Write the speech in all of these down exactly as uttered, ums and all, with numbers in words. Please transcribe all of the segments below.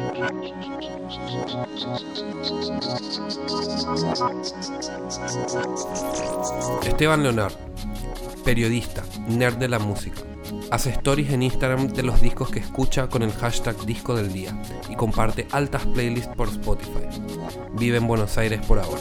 Esteban Leonard, periodista, nerd de la música. Hace stories en Instagram de los discos que escucha con el hashtag Disco del Día y comparte altas playlists por Spotify. Vive en Buenos Aires por ahora.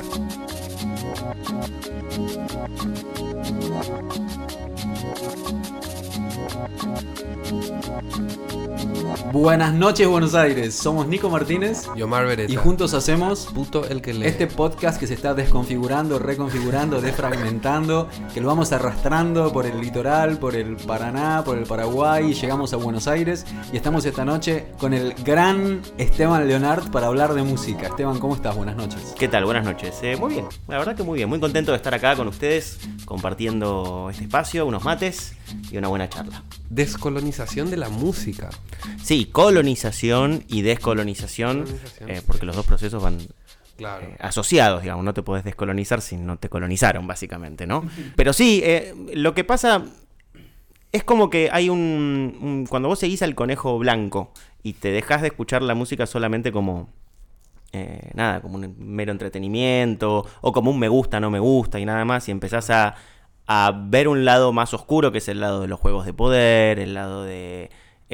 Buenas noches, Buenos Aires. Somos Nico Martínez y Omar Beretta. Y juntos hacemos Puto el que lee. Este podcast que se está desconfigurando, reconfigurando, defragmentando, que lo vamos arrastrando por el litoral, por el Paraná, por el Paraguay, y llegamos a Buenos Aires y estamos esta noche con el gran Esteban Leonard para hablar de música. Esteban, ¿cómo estás? Buenas noches. ¿Qué tal? Buenas noches. Eh, muy bien, la verdad que muy bien. Muy contento de estar acá con ustedes, compartiendo este espacio, unos mates y una buena charla. Descolonización de la música. Sí, colonización y descolonización, Colonización, eh, sí. porque los dos procesos van Claro. eh, asociados, digamos. No te podés descolonizar si no te colonizaron, básicamente, ¿no? Pero sí, eh, lo que pasa es como que hay un, un... Cuando vos seguís al conejo blanco y te dejás de escuchar la música solamente como... Eh, nada, como un mero entretenimiento, o como un me gusta, no me gusta y nada más, y empezás a, a ver un lado más oscuro, que es el lado de los juegos de poder, el lado de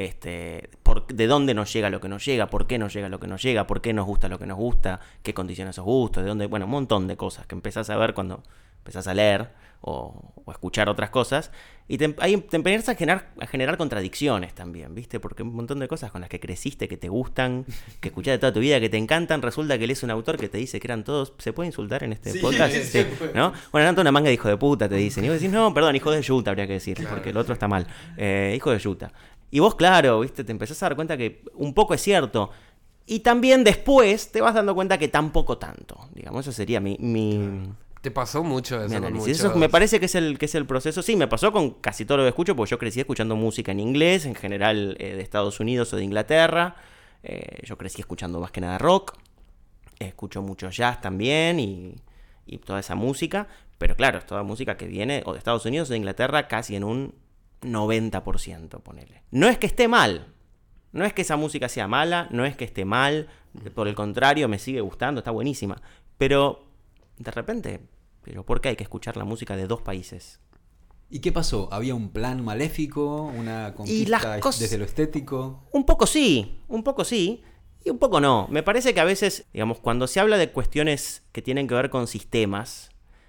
este por, de dónde nos llega lo que nos llega, por qué nos llega lo que nos llega, por qué nos gusta lo que nos gusta, qué condiciona esos gustos, de dónde, bueno, un montón de cosas que empezás a ver cuando empezás a leer o, o escuchar otras cosas, y te, ahí te empiezas a generar, a generar contradicciones también, ¿viste? Porque un montón de cosas con las que creciste, que te gustan, que escuchaste toda tu vida, que te encantan, resulta que lees un autor que te dice que eran todos... ¿Se puede insultar en este Sí, podcast? sí, Sí, ¿no? Bueno, eran toda una manga de hijo de puta, te dicen. Y vos decís, no, perdón, hijo de yuta habría que decir, Claro. porque el otro está mal. Eh, hijo de yuta. Y vos, claro, ¿viste? Te empezás a dar cuenta que un poco es cierto. Y también después te vas dando cuenta que tampoco tanto. Digamos, eso sería mi... mi Te pasó mucho eso. Mi con análisis. muchos- Eso me parece que es el que es el proceso. Sí, me pasó con casi todo lo que escucho, porque yo crecí escuchando música en inglés, en general eh, de Estados Unidos o de Inglaterra. Eh, yo crecí escuchando más que nada rock. Escucho mucho jazz también y, y toda esa música. Pero claro, es toda música que viene o de Estados Unidos o de Inglaterra casi en un noventa por ciento, ponele. No es que esté mal. No es que esa música sea mala, no es que esté mal. Por el contrario, me sigue gustando, está buenísima. Pero... de repente, ¿pero por qué hay que escuchar la música de dos países? ¿Y qué pasó? ¿Había un plan maléfico? ¿Una conquista cos- desde lo estético? Un poco sí, un poco sí, y un poco no. Me parece que a veces, digamos, cuando se habla de cuestiones que tienen que ver con sistemas,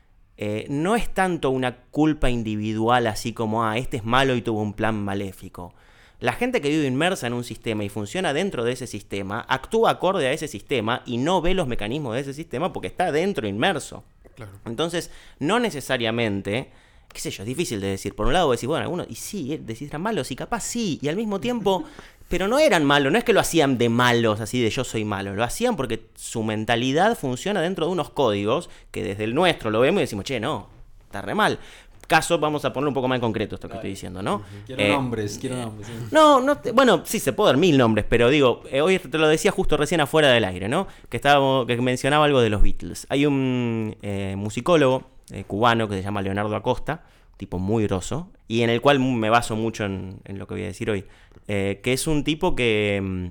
eh, no es tanto una culpa individual así como, ah, este es malo y tuvo un plan maléfico. La gente que vive inmersa en un sistema y funciona dentro de ese sistema, actúa acorde a ese sistema y no ve los mecanismos de ese sistema porque está dentro inmerso. Claro. Entonces, no necesariamente, qué sé yo, es difícil de decir. Por un lado decís, bueno, algunos, y sí, decís, eran malos, y capaz sí, y al mismo tiempo, pero no eran malos, no es que lo hacían de malos, así de yo soy malo, lo hacían porque su mentalidad funciona dentro de unos códigos que desde el nuestro lo vemos y decimos, che, no, está re mal. Caso, vamos a ponerlo un poco más en concreto esto que estoy diciendo, ¿no? Quiero Eh, nombres, quiero nombres. Sí. no, no te- bueno, sí, se puede dar mil nombres, pero digo, eh, hoy te lo decía justo recién afuera del aire, ¿no? Que estaba, que mencionaba algo de los Beatles. Hay un eh, musicólogo eh, cubano que se llama Leonardo Acosta, tipo muy grosso, y en el cual me baso mucho en, en lo que voy a decir hoy, eh, que es un tipo que, mm,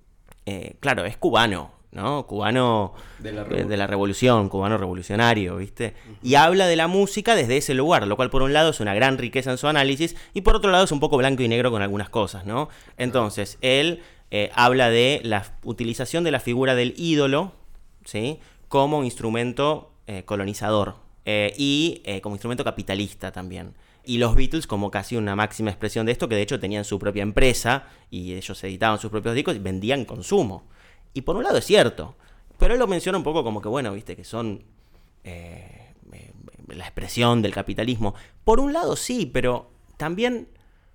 eh, claro, es cubano, ¿no? Cubano De la eh, de la revolución, cubano revolucionario, ¿viste? Uh-huh. Y habla de la música desde ese lugar, lo cual por un lado es una gran riqueza en su análisis y por otro lado es un poco blanco y negro con algunas cosas, ¿no? Entonces, él eh, habla de la utilización de la figura del ídolo, ¿sí? Como instrumento eh, colonizador eh, y eh, como instrumento capitalista también. Y los Beatles como casi una máxima expresión de esto, que de hecho tenían su propia empresa y ellos editaban sus propios discos y vendían consumo. Y por un lado es cierto, pero él lo menciona un poco como que, bueno, viste, que son eh, eh, la expresión del capitalismo. Por un lado sí, pero también,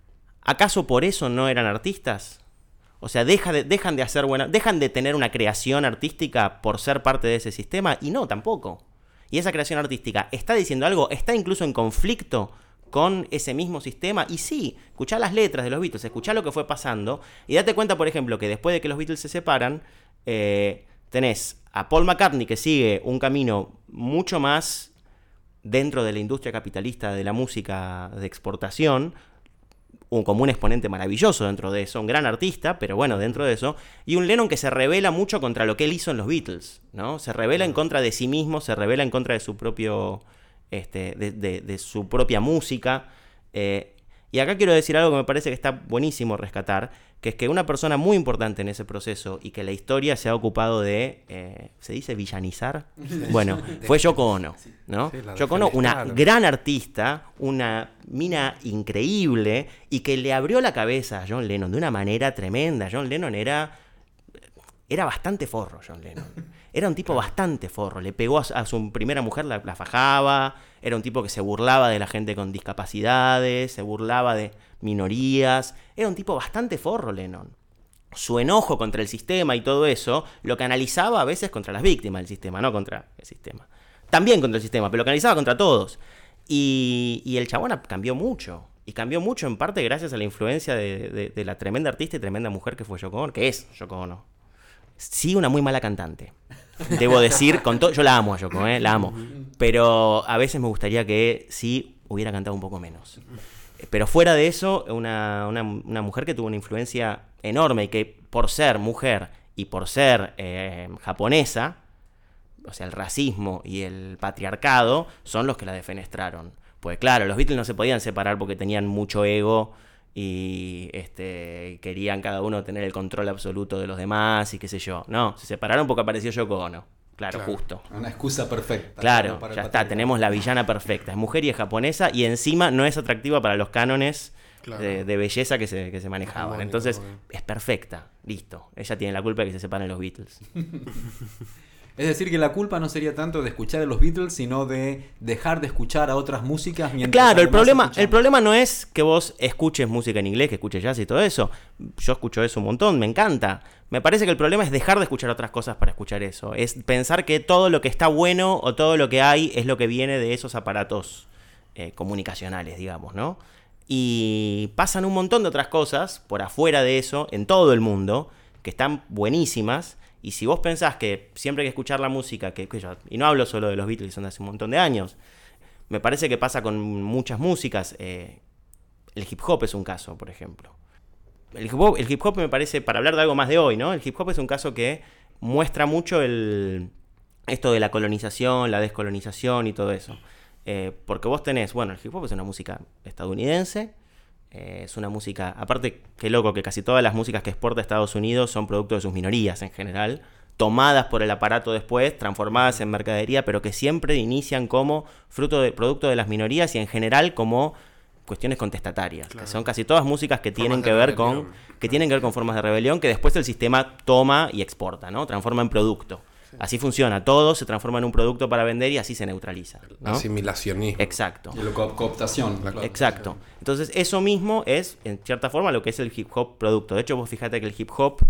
¿acaso por eso no eran artistas? O sea, deja de, dejan de hacer buena, dejan de tener una creación artística por ser parte de ese sistema, y no, tampoco. Y esa creación artística está diciendo algo, está incluso en conflicto con ese mismo sistema. Y sí, escuchá las letras de los Beatles, escuchá lo que fue pasando, y date cuenta, por ejemplo, que después de que los Beatles se separan, eh, tenés a Paul McCartney, que sigue un camino mucho más dentro de la industria capitalista de la música de exportación, un, como un exponente maravilloso dentro de eso, un gran artista, pero bueno, dentro de eso, y un Lennon que se rebela mucho contra lo que él hizo en los Beatles, ¿no? Se rebela en contra de sí mismo, se rebela en contra de su propio, este, de, de, de su propia música. Eh, y acá quiero decir algo que me parece que está buenísimo rescatar, que es que una persona muy importante en ese proceso y que la historia se ha ocupado de, eh, ¿se dice villanizar? Bueno, fue Yoko Ono, ¿no? Sí, la Yoko Ono, una defenestraron. gran artista, una mina increíble y que le abrió la cabeza a John Lennon de una manera tremenda. John Lennon era, era bastante forro, John Lennon. Era un tipo bastante forro. Le pegó a, a su primera mujer, la, la fajaba. Era un tipo que se burlaba de la gente con discapacidades, se burlaba de minorías. Era un tipo bastante forro, Lennon. Su enojo contra el sistema y todo eso lo canalizaba a veces contra las víctimas del sistema, no contra el sistema. También contra el sistema, pero lo canalizaba contra todos. Y, y el chabón cambió mucho. Y cambió mucho en parte gracias a la influencia de, de, de la tremenda artista y tremenda mujer que fue Yoko Ono, que es Yoko Ono. Sí, una muy mala cantante. Debo decir, con todo, yo la amo a Yoko, ¿eh? La amo. Pero a veces me gustaría que sí hubiera cantado un poco menos. Pero fuera de eso, una, una, una mujer que tuvo una influencia enorme y que por ser mujer y por ser eh, japonesa, o sea, el racismo y el patriarcado son los que la defenestraron. Pues claro, los Beatles no se podían separar porque tenían mucho ego y este, querían cada uno tener el control absoluto de los demás y qué sé yo. No, se separaron porque apareció Yoko Ono. Claro, Claro. justo. Una excusa perfecta. Claro, para el ya está, patriarcado. tenemos la villana perfecta. Es mujer y es japonesa y encima no es atractiva para los cánones Claro. de, de belleza que se, que se manejaban. Hegemónico, Entonces, obvio. es perfecta. Listo. Ella tiene la culpa de que se separen los Beatles. Es decir, que la culpa no sería tanto de escuchar a los Beatles, sino de dejar de escuchar a otras músicas mientras Claro, el además problema, escuchamos. el problema no es que vos escuches música en inglés, que escuches jazz y todo eso. Yo escucho eso un montón, me encanta. Me parece que el problema es dejar de escuchar otras cosas para escuchar eso. Es pensar que todo lo que está bueno o todo lo que hay es lo que viene de esos aparatos eh, comunicacionales, digamos, ¿no? Y pasan un montón de otras cosas por afuera de eso, en todo el mundo, que están buenísimas. Y si vos pensás que siempre hay que escuchar la música, que, que yo, y no hablo solo de los Beatles, son de hace un montón de años, me parece que pasa con muchas músicas. Eh, el hip hop es un caso, por ejemplo. El hip hop, el hip hop me parece, para hablar de algo más de hoy, ¿no? El hip hop es un caso que muestra mucho el, esto de la colonización, la descolonización y todo eso. Eh, porque vos tenés, bueno, el hip hop es una música estadounidense, eh, es una música, aparte, qué loco que casi todas las músicas que exporta Estados Unidos son producto de sus minorías en general, tomadas por el aparato después, transformadas en mercadería, pero que siempre inician como fruto de, producto de las minorías y en general como cuestiones contestatarias, Claro. que son casi todas músicas que Formas tienen de que ver rebelión. con que tienen que ver con formas de rebelión que después el sistema toma y exporta, ¿no? Transforma en producto. Sí. Así funciona, todo se transforma en un producto para vender y así se neutraliza, ¿no? Asimilacionismo. Exacto. Y la co- cooptación. La co- Exacto. Entonces, eso mismo es, en cierta forma, lo que es el hip hop producto. De hecho, vos fíjate que el hip hop,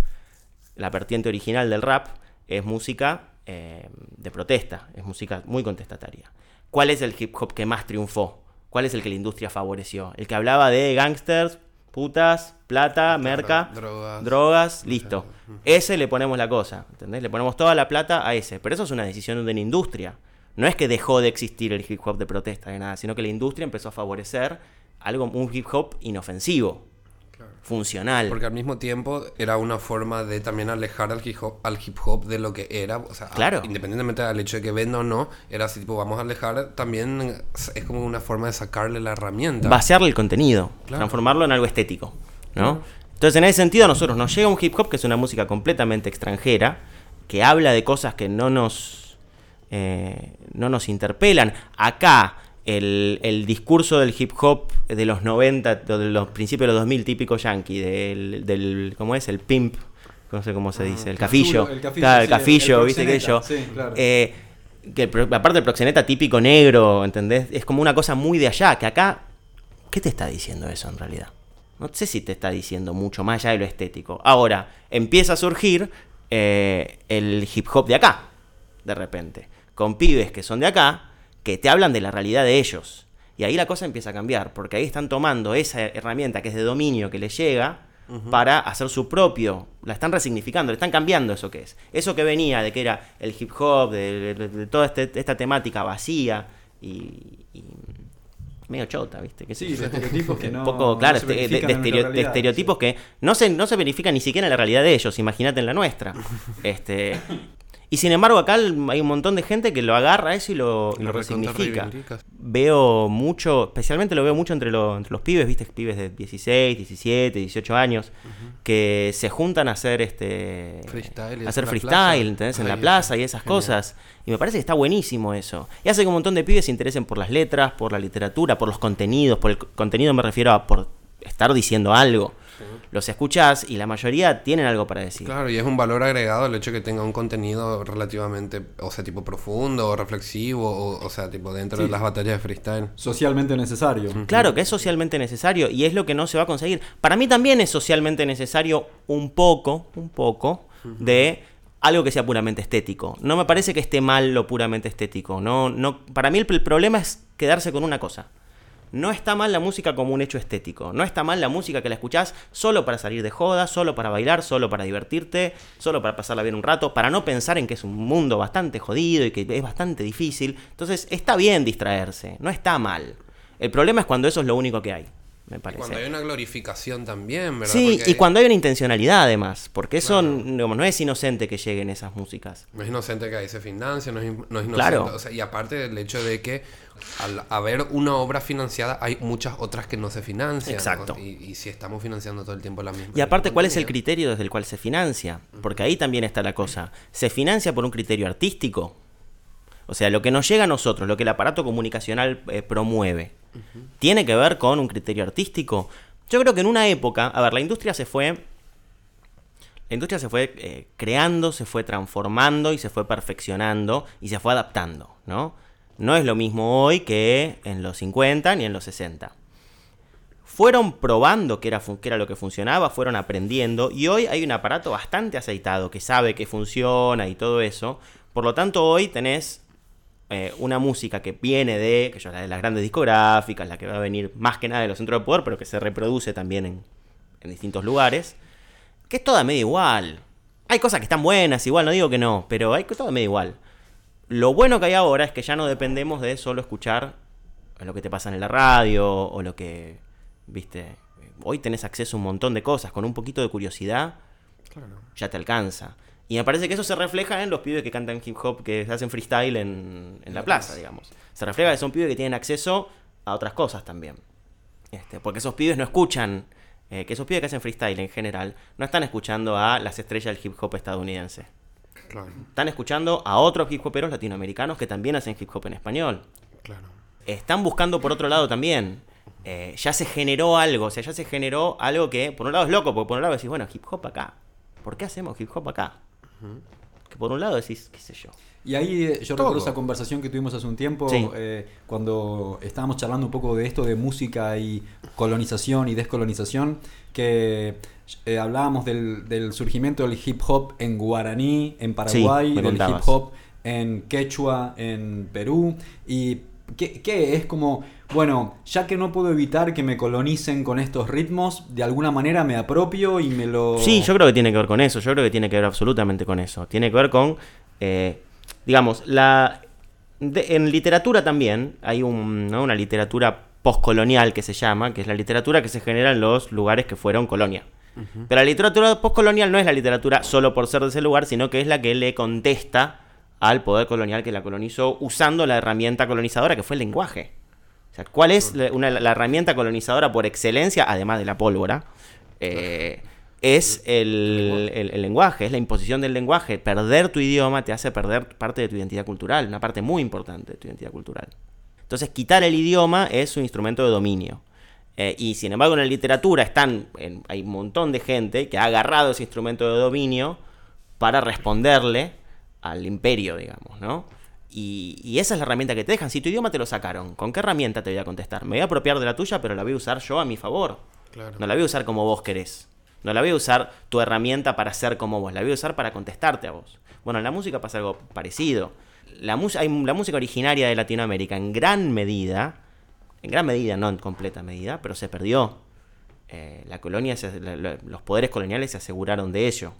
la vertiente original del rap, es música eh, de protesta, es música muy contestataria. ¿Cuál es el hip hop que más triunfó? ¿Cuál es el que la industria favoreció? El que hablaba de gangsters, putas, plata, merca, drogas. drogas, listo. Ese le ponemos la cosa, ¿entendés? Le ponemos toda la plata a ese. Pero eso es una decisión de la industria. No es que dejó de existir el hip hop de protesta de nada, sino que la industria empezó a favorecer algo, un hip hop inofensivo, Claro. funcional. Porque al mismo tiempo era una forma de también alejar al hip hop, al hip hop de lo que era. O sea, Claro. a- independientemente del hecho de que venda o no, era así, tipo, vamos a alejar también. Es como una forma de sacarle la herramienta. Vaciarle el contenido, Claro. transformarlo en algo estético, ¿no? Claro. Entonces, en ese sentido, a nosotros nos llega un hip hop que es una música completamente extranjera, que habla de cosas que no nos, eh, no nos interpelan. Acá, el, el discurso del hip hop de los noventa, de los principios de los dos mil, típico yankee, del, del ¿cómo es? El pimp, no sé cómo se dice, el cafillo. chulo, el cafillo, Claro, el sí, el- cafillo, el viste que yo. proxeneta, sí, claro. Eh, que el pro- aparte del proxeneta típico negro, ¿entendés? Es como una cosa muy de allá, que acá, ¿qué te está diciendo eso en realidad? No sé si te está diciendo mucho más allá de lo estético. Ahora, empieza a surgir eh, el hip hop de acá, de repente, con pibes que son de acá, que te hablan de la realidad de ellos. Y ahí la cosa empieza a cambiar, porque ahí están tomando esa herramienta que es de dominio que les llega, uh-huh, para hacer su propio, la están resignificando, le están cambiando eso que es. Eso que venía de que era el hip hop, de, de, de toda este, esta temática vacía y, y, medio chota, ¿viste? Que sí, de estereotipos que no. Un poco, claro, no se de, de, verifican de, en estereo- nuestra de realidad, estereotipos sí. que no se, no se verifican ni siquiera en la realidad de ellos, imagínate en la nuestra. este Y sin embargo, acá hay un montón de gente que lo agarra eso y lo, y lo resignifica. Veo mucho, especialmente lo veo mucho entre, lo, entre los pibes, ¿viste? Pibes de dieciséis, diecisiete, dieciocho años, uh-huh. que se juntan a hacer este freestyle, a hacer freestyle, ¿entendés? En la plaza y esas genial. Cosas. Y me parece que está buenísimo eso. Y hace que un montón de pibes se interesen por las letras, por la literatura, por los contenidos. Por el contenido me refiero a por estar diciendo algo. Los escuchás y la mayoría tienen algo para decir. Claro, y es un valor agregado el hecho de que tenga un contenido relativamente, o sea, tipo profundo o reflexivo, o, o sea, tipo dentro sí. de las batallas de freestyle. Socialmente necesario. Uh-huh. Claro que es socialmente necesario y es lo que no se va a conseguir. Para mí también es socialmente necesario un poco, un poco uh-huh. de algo que sea puramente estético. No me parece que esté mal lo puramente estético. No, no, para mí el, el problema es quedarse con una cosa. No está mal la música como un hecho estético. No está mal la música que la escuchás solo para salir de joda, solo para bailar, solo para divertirte, solo para pasarla bien un rato, para no pensar en que es un mundo bastante jodido y que es bastante difícil. Entonces está bien distraerse, no está mal. El problema es cuando eso es lo único que hay, me parece. Y cuando hay una glorificación también, ¿verdad? Sí, porque y cuando hay una intencionalidad además, porque eso claro. digamos, no es inocente que lleguen esas músicas. No es inocente que ahí se financia, no es, no es inocente. Claro. O sea, y aparte del hecho de que al haber una obra financiada hay muchas otras que no se financian. Exacto. ¿no? Y, y si estamos financiando todo el tiempo la misma. Y aparte, ¿cuál es el criterio desde el cual se financia? Porque ahí también está la cosa. ¿Se financia por un criterio artístico? O sea, lo que nos llega a nosotros, lo que el aparato comunicacional eh, promueve, uh-huh. ¿tiene que ver con un criterio artístico? Yo creo que en una época, a ver, la industria se fue, la industria se fue eh, creando, se fue transformando y se fue perfeccionando y se fue adaptando, ¿no? No es lo mismo hoy que en los cincuenta ni en los sesenta. Fueron probando qué era, qué era lo que funcionaba, fueron aprendiendo y hoy hay un aparato bastante aceitado que sabe que funciona y todo eso. Por lo tanto, hoy tenés eh, una música que viene de, que yo, la de las grandes discográficas, la que va a venir más que nada de los centros de poder, pero que se reproduce también en, en distintos lugares, que es toda medio igual. Hay cosas que están buenas, igual, no digo que no, pero hay toda medio igual. Lo bueno que hay ahora es que ya no dependemos de solo escuchar lo que te pasa en la radio o lo que, viste, hoy tenés acceso a un montón de cosas, con un poquito de curiosidad claro. ya te alcanza. Y me parece que eso se refleja en los pibes que cantan hip hop, que hacen freestyle en, en la plaza, digamos. Se refleja que son pibes que tienen acceso a otras cosas también. Este, porque esos pibes no escuchan, eh, que esos pibes que hacen freestyle en general, no están escuchando a las estrellas del hip hop estadounidense. Claro. Están escuchando a otros hip hoperos latinoamericanos que también hacen hip hop en español. Claro. Están buscando por otro lado también. Eh, ya se generó algo, o sea, ya se generó algo que, por un lado es loco, porque por un lado decís, bueno, hip hop acá. ¿Por qué hacemos hip hop acá? Uh-huh. Que por un lado decís, qué sé yo. Y ahí eh, yo Todo. recuerdo esa conversación que tuvimos hace un tiempo, sí. eh, cuando estábamos charlando un poco de esto de música y colonización y descolonización, que eh, hablábamos del, del surgimiento del hip hop en guaraní, en Paraguay, sí, del hip hop en quechua, en Perú, y que, que es como, bueno, ya que no puedo evitar que me colonicen con estos ritmos, de alguna manera me apropio y me lo... Sí, yo creo que tiene que ver con eso, yo creo que tiene que ver absolutamente con eso, tiene que ver con... Eh, digamos, la de, en literatura también hay un, ¿no? una literatura postcolonial que se llama, que es la literatura que se genera en los lugares que fueron colonia. Uh-huh. Pero la literatura postcolonial no es la literatura solo por ser de ese lugar, sino que es la que le contesta al poder colonial que la colonizó usando la herramienta colonizadora que fue el lenguaje. O sea, ¿cuál es la, una, la herramienta colonizadora por excelencia, además de la pólvora? Eh... Es el, el, el lenguaje, es la imposición del lenguaje. Perder tu idioma te hace perder parte de tu identidad cultural, una parte muy importante de tu identidad cultural. Entonces, quitar el idioma es un instrumento de dominio. Eh, y sin embargo, en la literatura están, en, hay un montón de gente que ha agarrado ese instrumento de dominio para responderle al imperio, digamos, ¿no? Y, y esa es la herramienta que te dejan. Si tu idioma te lo sacaron, ¿con qué herramienta te voy a contestar? Me voy a apropiar de la tuya, pero la voy a usar yo a mi favor. Claro. No la voy a usar como vos querés. No la voy a usar tu herramienta para ser como vos, la voy a usar para contestarte a vos. Bueno, en la música pasa algo parecido. La, mus- hay, la música originaria de Latinoamérica, en gran medida, en gran medida, no en completa medida, pero se perdió. Eh, la colonia, se, la, la, los poderes coloniales se aseguraron de ello.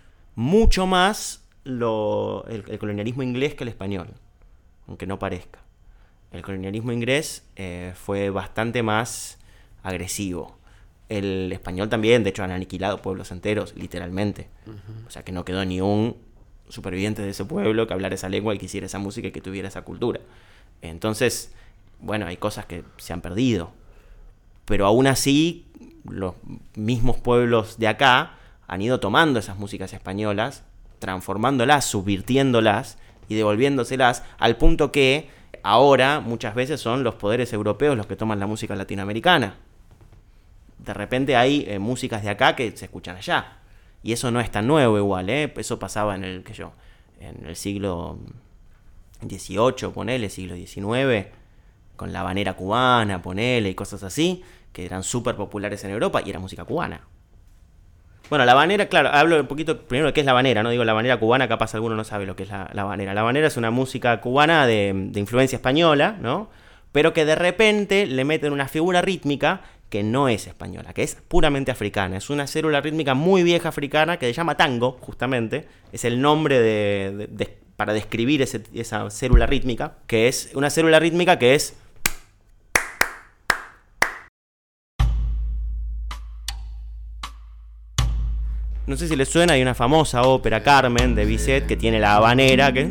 Mucho más lo, el, el colonialismo inglés que el español, aunque no parezca. El colonialismo inglés eh, fue bastante más agresivo. El español también, de hecho han aniquilado pueblos enteros, literalmente. Uh-huh. O sea que no quedó ni un superviviente de ese pueblo que hablara esa lengua y que hiciera esa música y que tuviera esa cultura. Entonces, bueno, hay cosas que se han perdido. Pero aún así, los mismos pueblos de acá han ido tomando esas músicas españolas, transformándolas, subvirtiéndolas y devolviéndoselas al punto que ahora muchas veces son los poderes europeos los que toman la música latinoamericana. De repente hay eh, músicas de acá que se escuchan allá. Y eso no es tan nuevo igual, ¿eh? Eso pasaba en el, qué yo, en el siglo dieciocho, ponele, siglo diecinueve, con la habanera cubana, ponele, y cosas así, que eran súper populares en Europa y era música cubana. Bueno, la habanera, claro, hablo un poquito primero de qué es la habanera, no digo la habanera cubana, capaz alguno no sabe lo que es la, la habanera. La habanera es una música cubana de, de influencia española, ¿no? Pero que de repente le meten una figura rítmica que no es española, que es puramente africana. Es una célula rítmica muy vieja africana que se llama tango, justamente. Es el nombre de, de, de, para describir ese, esa célula rítmica, que es una célula rítmica que es... No sé si les suena, hay una famosa ópera Carmen de Bizet que tiene la habanera, que es...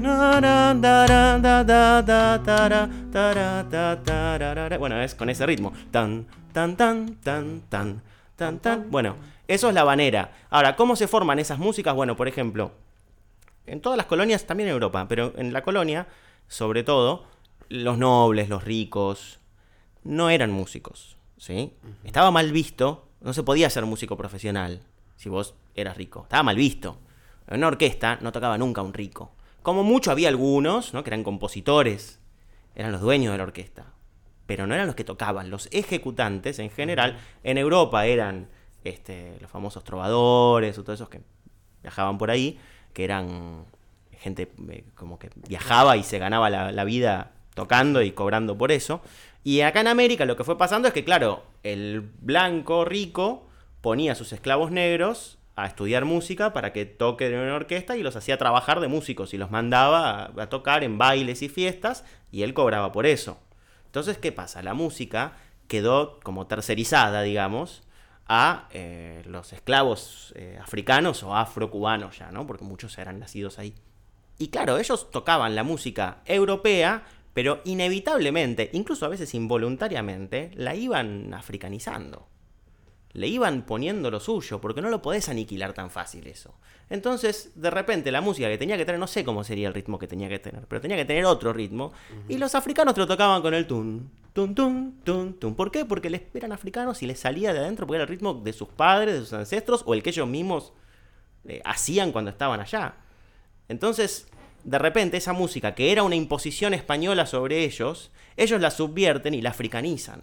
Bueno, es con ese ritmo. Tan, tan, tan, tan, tan, tan, tan. Bueno, eso es la habanera. Ahora, ¿cómo se forman esas músicas? Bueno, por ejemplo, en todas las colonias, también en Europa, pero en la colonia, sobre todo, los nobles, los ricos, no eran músicos, ¿sí? Estaba mal visto, no se podía ser músico profesional si vos eras rico. Estaba mal visto. En una orquesta no tocaba nunca un rico. Como mucho había algunos, ¿no? Que eran compositores, eran los dueños de la orquesta. Pero no eran los que tocaban. Los ejecutantes, en general, en Europa eran este, los famosos trovadores o todos esos que viajaban por ahí, que eran gente eh, como que viajaba y se ganaba la, la vida tocando y cobrando por eso. Y acá en América lo que fue pasando es que, claro, el blanco rico ponía a sus esclavos negros a estudiar música para que toquen en una orquesta y los hacía trabajar de músicos y los mandaba a, a tocar en bailes y fiestas y él cobraba por eso. Entonces, ¿qué pasa? La música quedó como tercerizada, digamos, a eh, los esclavos eh, africanos o afrocubanos ya, ¿no? Porque muchos eran nacidos ahí. Y claro, ellos tocaban la música europea, pero inevitablemente, incluso a veces involuntariamente, la iban africanizando. Le iban poniendo lo suyo, porque no lo podés aniquilar tan fácil eso. Entonces, de repente, la música que tenía que tener, no sé cómo sería el ritmo que tenía que tener, pero tenía que tener otro ritmo, uh-huh. Y los africanos te lo tocaban con el tun, tun, tun, tun, tun. ¿Por qué? Porque les eran africanos y les salía de adentro, porque era el ritmo de sus padres, de sus ancestros, o el que ellos mismos eh, hacían cuando estaban allá. Entonces, de repente, esa música, que era una imposición española sobre ellos, ellos la subvierten y la africanizan.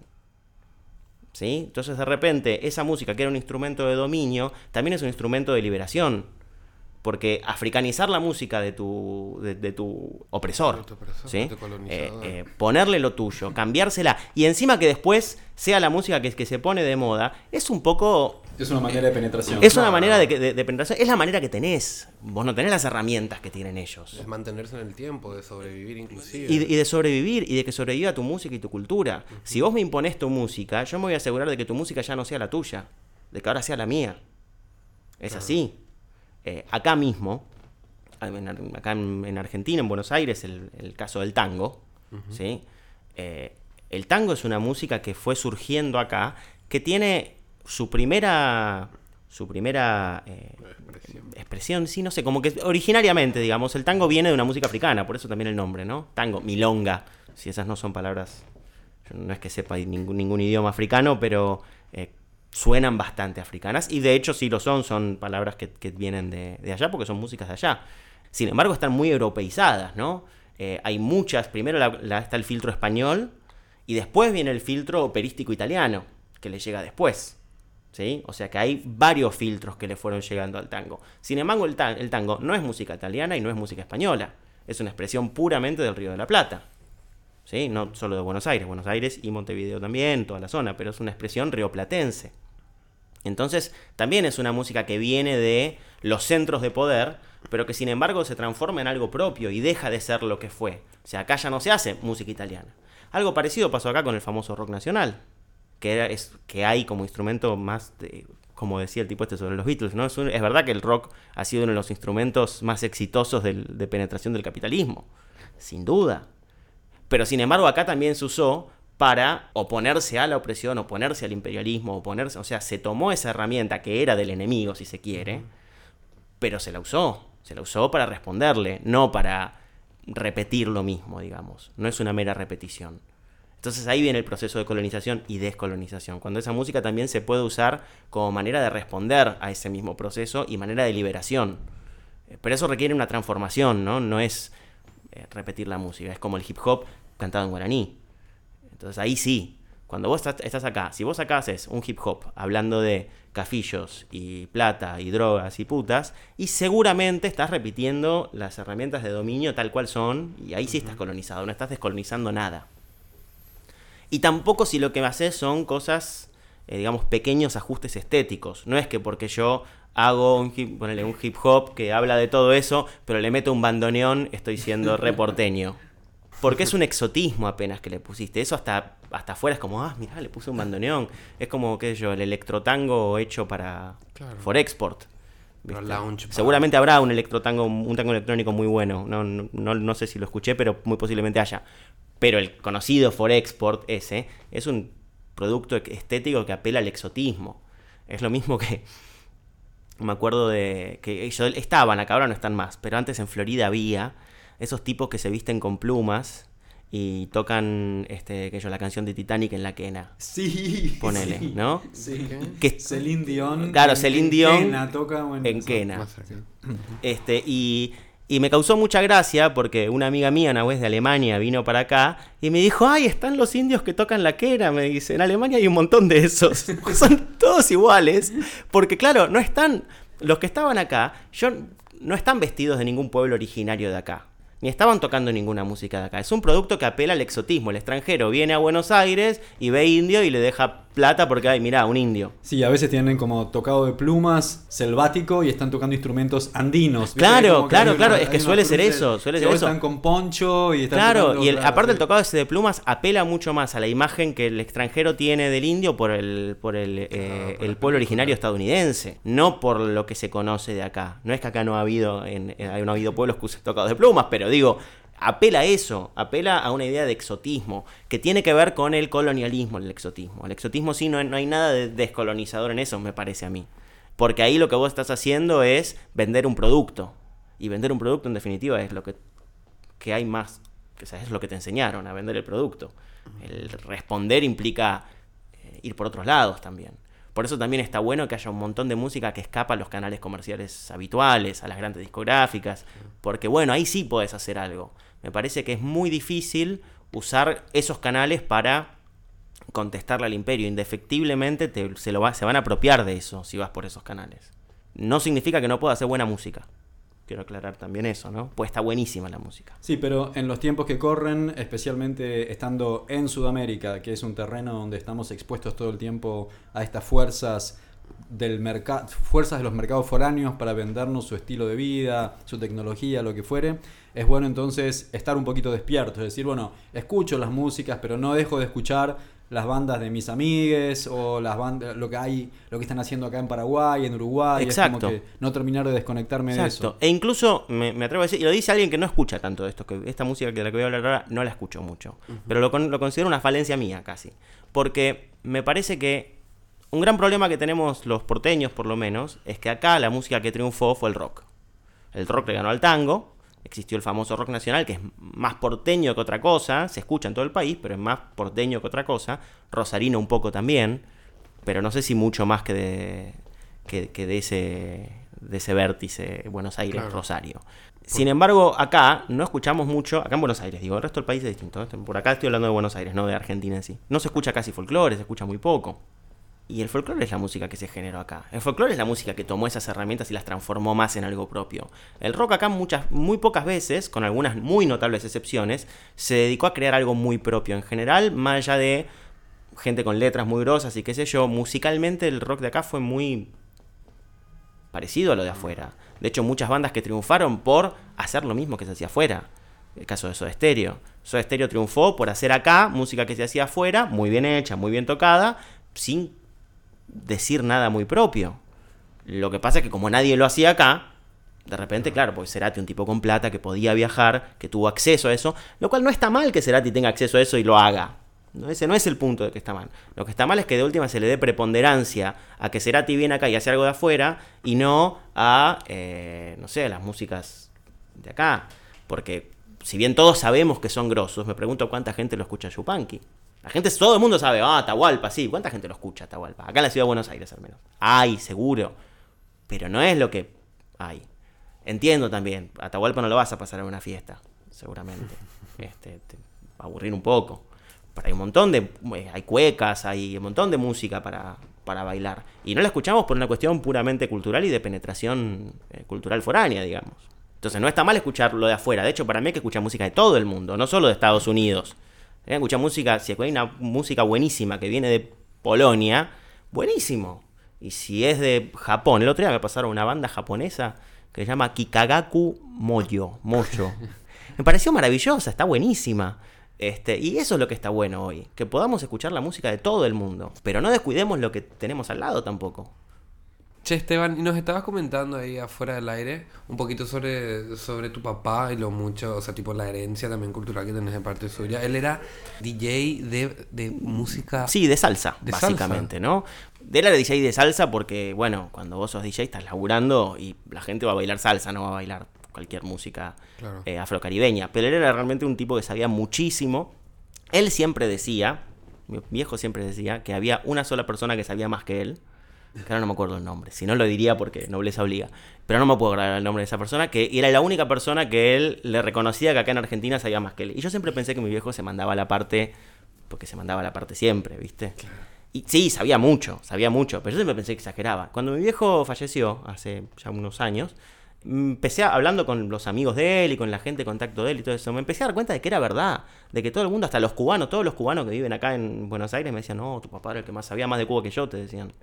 ¿Sí? Entonces de repente esa música que era un instrumento de dominio también es un instrumento de liberación, porque africanizar la música de tu de, de tu opresor, de tu opresor, ¿sí? De tu eh, eh, ponerle lo tuyo, cambiársela y encima que después sea la música que, que se pone de moda, es un poco... Es una manera de penetración. Es una no, manera de, de, de penetración, es la manera que tenés. Vos no tenés las herramientas que tienen ellos. Es mantenerse en el tiempo, de sobrevivir inclusive. Y de, y de sobrevivir, y de que sobreviva tu música y tu cultura. Uh-huh. Si vos me imponés tu música, yo me voy a asegurar de que tu música ya no sea la tuya, de que ahora sea la mía. Es uh-huh. así. Eh, acá mismo, acá en, en Argentina, en Buenos Aires, el, el caso del tango, uh-huh. ¿sí? Eh, el tango es una música que fue surgiendo acá, que tiene... Su primera, su primera eh, expresión. expresión, sí, no sé, como que originariamente, digamos, el tango viene de una música africana, por eso también el nombre, ¿no? Tango, milonga, si esas no son palabras, yo no es que sepa ningún, ningún idioma africano, pero eh, suenan bastante africanas, y de hecho sí lo son, son palabras que, que vienen de, de allá, porque son músicas de allá. Sin embargo, están muy europeizadas, ¿no? Eh, hay muchas, primero la, la, está el filtro español, y después viene el filtro operístico italiano, que le llega después. ¿Sí? O sea que hay varios filtros que le fueron llegando al tango. Sin embargo, el, ta- el tango no es música italiana y no es música española. Es una expresión puramente del Río de la Plata. ¿Sí? No solo de Buenos Aires. Buenos Aires y Montevideo también, toda la zona. Pero es una expresión rioplatense. Entonces, también es una música que viene de los centros de poder, pero que sin embargo se transforma en algo propio y deja de ser lo que fue. O sea, acá ya no se hace música italiana. Algo parecido pasó acá con el famoso rock nacional, que, era, es, que hay como instrumento más, de, como decía el tipo este sobre los Beatles, ¿no? Es, un, es verdad que el rock ha sido uno de los instrumentos más exitosos del, de penetración del capitalismo, sin duda. Pero sin embargo acá también se usó para oponerse a la opresión, oponerse al imperialismo, oponerse, o sea, se tomó esa herramienta que era del enemigo, si se quiere, pero se la usó, se la usó para responderle, no para repetir lo mismo, digamos. No es una mera repetición. Entonces ahí viene el proceso de colonización y descolonización, cuando esa música también se puede usar como manera de responder a ese mismo proceso y manera de liberación. Pero eso requiere una transformación, ¿no? No es eh, repetir la música, es como el hip hop cantado en guaraní. Entonces ahí sí, cuando vos estás acá, si vos acá haces un hip hop hablando de cafillos y plata y drogas y putas, y seguramente estás repitiendo las herramientas de dominio tal cual son, y ahí sí estás colonizado, no estás descolonizando nada. Y tampoco si lo que haces son cosas, eh, digamos, pequeños ajustes estéticos. No es que porque yo hago un hip, ponele, un hip hop que habla de todo eso, pero le meto un bandoneón, estoy siendo reporteño. Porque es un exotismo apenas que le pusiste. Eso hasta, hasta afuera es como, ah, mirá, le puse un bandoneón. Es como, qué sé yo, el electrotango hecho para claro. For Export. Seguramente habrá un electrotango, un tango electrónico muy bueno. No, no, no, no sé si lo escuché, pero muy posiblemente haya. Pero el conocido For Export ese es un producto estético que apela al exotismo. Es lo mismo que... Me acuerdo de que ellos estaban acá, ahora no están más, pero antes en Florida había... esos tipos que se visten con plumas y tocan este, que yo, la canción de Titanic en la quena. Sí. Ponele, sí, ¿no? Sí. Que, Celine Dion. Claro, Celine Dion. En quena, toca, bueno, en quena. Este, y, y me causó mucha gracia porque una amiga mía, una vez de Alemania, vino para acá y me dijo, ay, están los indios que tocan la quena. Me dice, en Alemania hay un montón de esos. Son todos iguales. Porque claro, no están, los que estaban acá, yo, no están vestidos de ningún pueblo originario de acá. Ni estaban tocando ninguna música de acá. Es un producto que apela al exotismo. El extranjero viene a Buenos Aires y ve indio y le deja plata porque, ay, mirá, un indio. Sí, a veces tienen como tocado de plumas, selvático, y están tocando instrumentos andinos. Claro, claro, claro. Una, es que suele ser eso, suele ser eso. Están con poncho y están Claro, tocando, y el, claro, aparte sí. el tocado ese de plumas apela mucho más a la imagen que el extranjero tiene del indio por el, por el, eh, claro, por el pueblo originario estadounidense. No por lo que se conoce de acá. No es que acá no ha habido, en, en, no ha habido pueblos que usen tocados de plumas, pero digo... apela a eso, apela a una idea de exotismo, que tiene que ver con el colonialismo, el exotismo. El exotismo sí, no, no hay nada de descolonizador en eso, me parece a mí. Porque ahí lo que vos estás haciendo es vender un producto. Y vender un producto, en definitiva, es lo que, que hay más, o sea, es lo que te enseñaron, a vender el producto. El responder implica eh, ir por otros lados también. Por eso también está bueno que haya un montón de música que escapa a los canales comerciales habituales, a las grandes discográficas, porque bueno, ahí sí podés hacer algo. Me parece que es muy difícil usar esos canales para contestarle al imperio. Indefectiblemente te, se, lo va, se van a apropiar de eso si vas por esos canales. No significa que no pueda hacer buena música. Quiero aclarar también eso, ¿no? Pues está buenísima la música. Sí, pero en los tiempos que corren, especialmente estando en Sudamérica, que es un terreno donde estamos expuestos todo el tiempo a estas fuerzas del mercado, fuerzas de los mercados foráneos para vendernos su estilo de vida, su tecnología, lo que fuere, es bueno entonces estar un poquito despierto, es decir, bueno, escucho las músicas, pero no dejo de escuchar las bandas de mis amigues o las bandas, lo que hay, lo que están haciendo acá en Paraguay, en Uruguay. Exacto. Es como que no terminar de desconectarme Exacto. de eso. E incluso me, me atrevo a decir, y lo dice alguien que no escucha tanto esto, que esta música de la que voy a hablar ahora no la escucho mucho, uh-huh. pero lo, lo considero una falencia mía casi, porque me parece que un gran problema que tenemos los porteños, por lo menos, es que acá la música que triunfó fue el rock. El rock le ganó al tango. Existió el famoso rock nacional, que es más porteño que otra cosa. Se escucha en todo el país, pero es más porteño que otra cosa. Rosarino un poco también, pero no sé si mucho más que de, que, que de, ese, de ese vértice Buenos Aires-Rosario. Claro. Sin embargo, acá no escuchamos mucho, acá en Buenos Aires, digo, el resto del país es distinto. Por acá estoy hablando de Buenos Aires, no de Argentina en sí. No se escucha casi folclore, se escucha muy poco. Y el folclore es la música que se generó acá. El folclore es la música que tomó esas herramientas y las transformó más en algo propio. El rock acá muchas, muy pocas veces, con algunas muy notables excepciones, se dedicó a crear algo muy propio. En general, más allá de gente con letras muy grosas y qué sé yo, musicalmente el rock de acá fue muy parecido a lo de afuera. De hecho, muchas bandas que triunfaron por hacer lo mismo que se hacía afuera. El caso de Soda Stereo. Soda Stereo triunfó por hacer acá música que se hacía afuera, muy bien hecha, muy bien tocada, sin decir nada muy propio. Lo que pasa es que como nadie lo hacía acá, de repente, claro, porque Cerati, un tipo con plata que podía viajar, que tuvo acceso a eso, lo cual no está mal que Cerati tenga acceso a eso y lo haga. No, ese no es el punto de que está mal. Lo que está mal es que de última se le dé preponderancia a que Cerati viene acá y hace algo de afuera y no a, eh, no sé, a las músicas de acá. Porque si bien todos sabemos que son grosos, me pregunto cuánta gente lo escucha a Yupanqui. La gente, todo el mundo sabe, ah, Atahualpa, sí. ¿Cuánta gente lo escucha Atahualpa? Acá en la ciudad de Buenos Aires al menos. Hay, seguro. Pero no es lo que hay. Entiendo también, Atahualpa no lo vas a pasar en una fiesta, seguramente. Este, te va a aburrir un poco. Pero hay un montón de... Hay cuecas, hay un montón de música para, para bailar. Y no la escuchamos por una cuestión puramente cultural y de penetración eh, cultural foránea, digamos. Entonces no está mal escucharlo de afuera. De hecho, para mí hay que escuchar música de todo el mundo, no solo de Estados Unidos. Hay que escuchar música... Si hay una música buenísima que viene de Polonia, buenísimo. Y si es de Japón... El otro día me pasaron una banda japonesa que se llama Kikagaku Moyo. Moyo. Me pareció maravillosa, está buenísima. Este, y eso es lo que está bueno hoy, que podamos escuchar la música de todo el mundo, pero no descuidemos lo que tenemos al lado tampoco. Che, Esteban, y nos estabas comentando ahí afuera del aire un poquito sobre, sobre tu papá y lo mucho, o sea, tipo la herencia también cultural que tenés de parte suya. Él era D J de, de música... Sí, de salsa, de básicamente, salsa. ¿no? Él era D J de salsa porque, bueno, cuando vos sos D J estás laburando y la gente va a bailar salsa, no va a bailar cualquier música Claro. eh, afrocaribeña. Pero él era realmente un tipo que sabía muchísimo. Él siempre decía, mi viejo siempre decía, que había una sola persona que sabía más que él, que ahora no me acuerdo el nombre, si no lo diría porque nobleza obliga, pero no me puedo acordar el nombre de esa persona, que era la única persona que él le reconocía que acá en Argentina sabía más que él. Y yo siempre pensé que mi viejo se mandaba la parte, porque se mandaba la parte siempre, ¿viste? Claro. Y sí, sabía mucho, sabía mucho, pero yo siempre pensé que exageraba. Cuando mi viejo falleció, hace ya unos años, empecé a, hablando con los amigos de él y con la gente de contacto de él y todo eso, me empecé a dar cuenta de que era verdad, de que todo el mundo, hasta los cubanos, todos los cubanos que viven acá en Buenos Aires me decían, no, tu papá era el que más sabía más de Cuba que yo, te decían.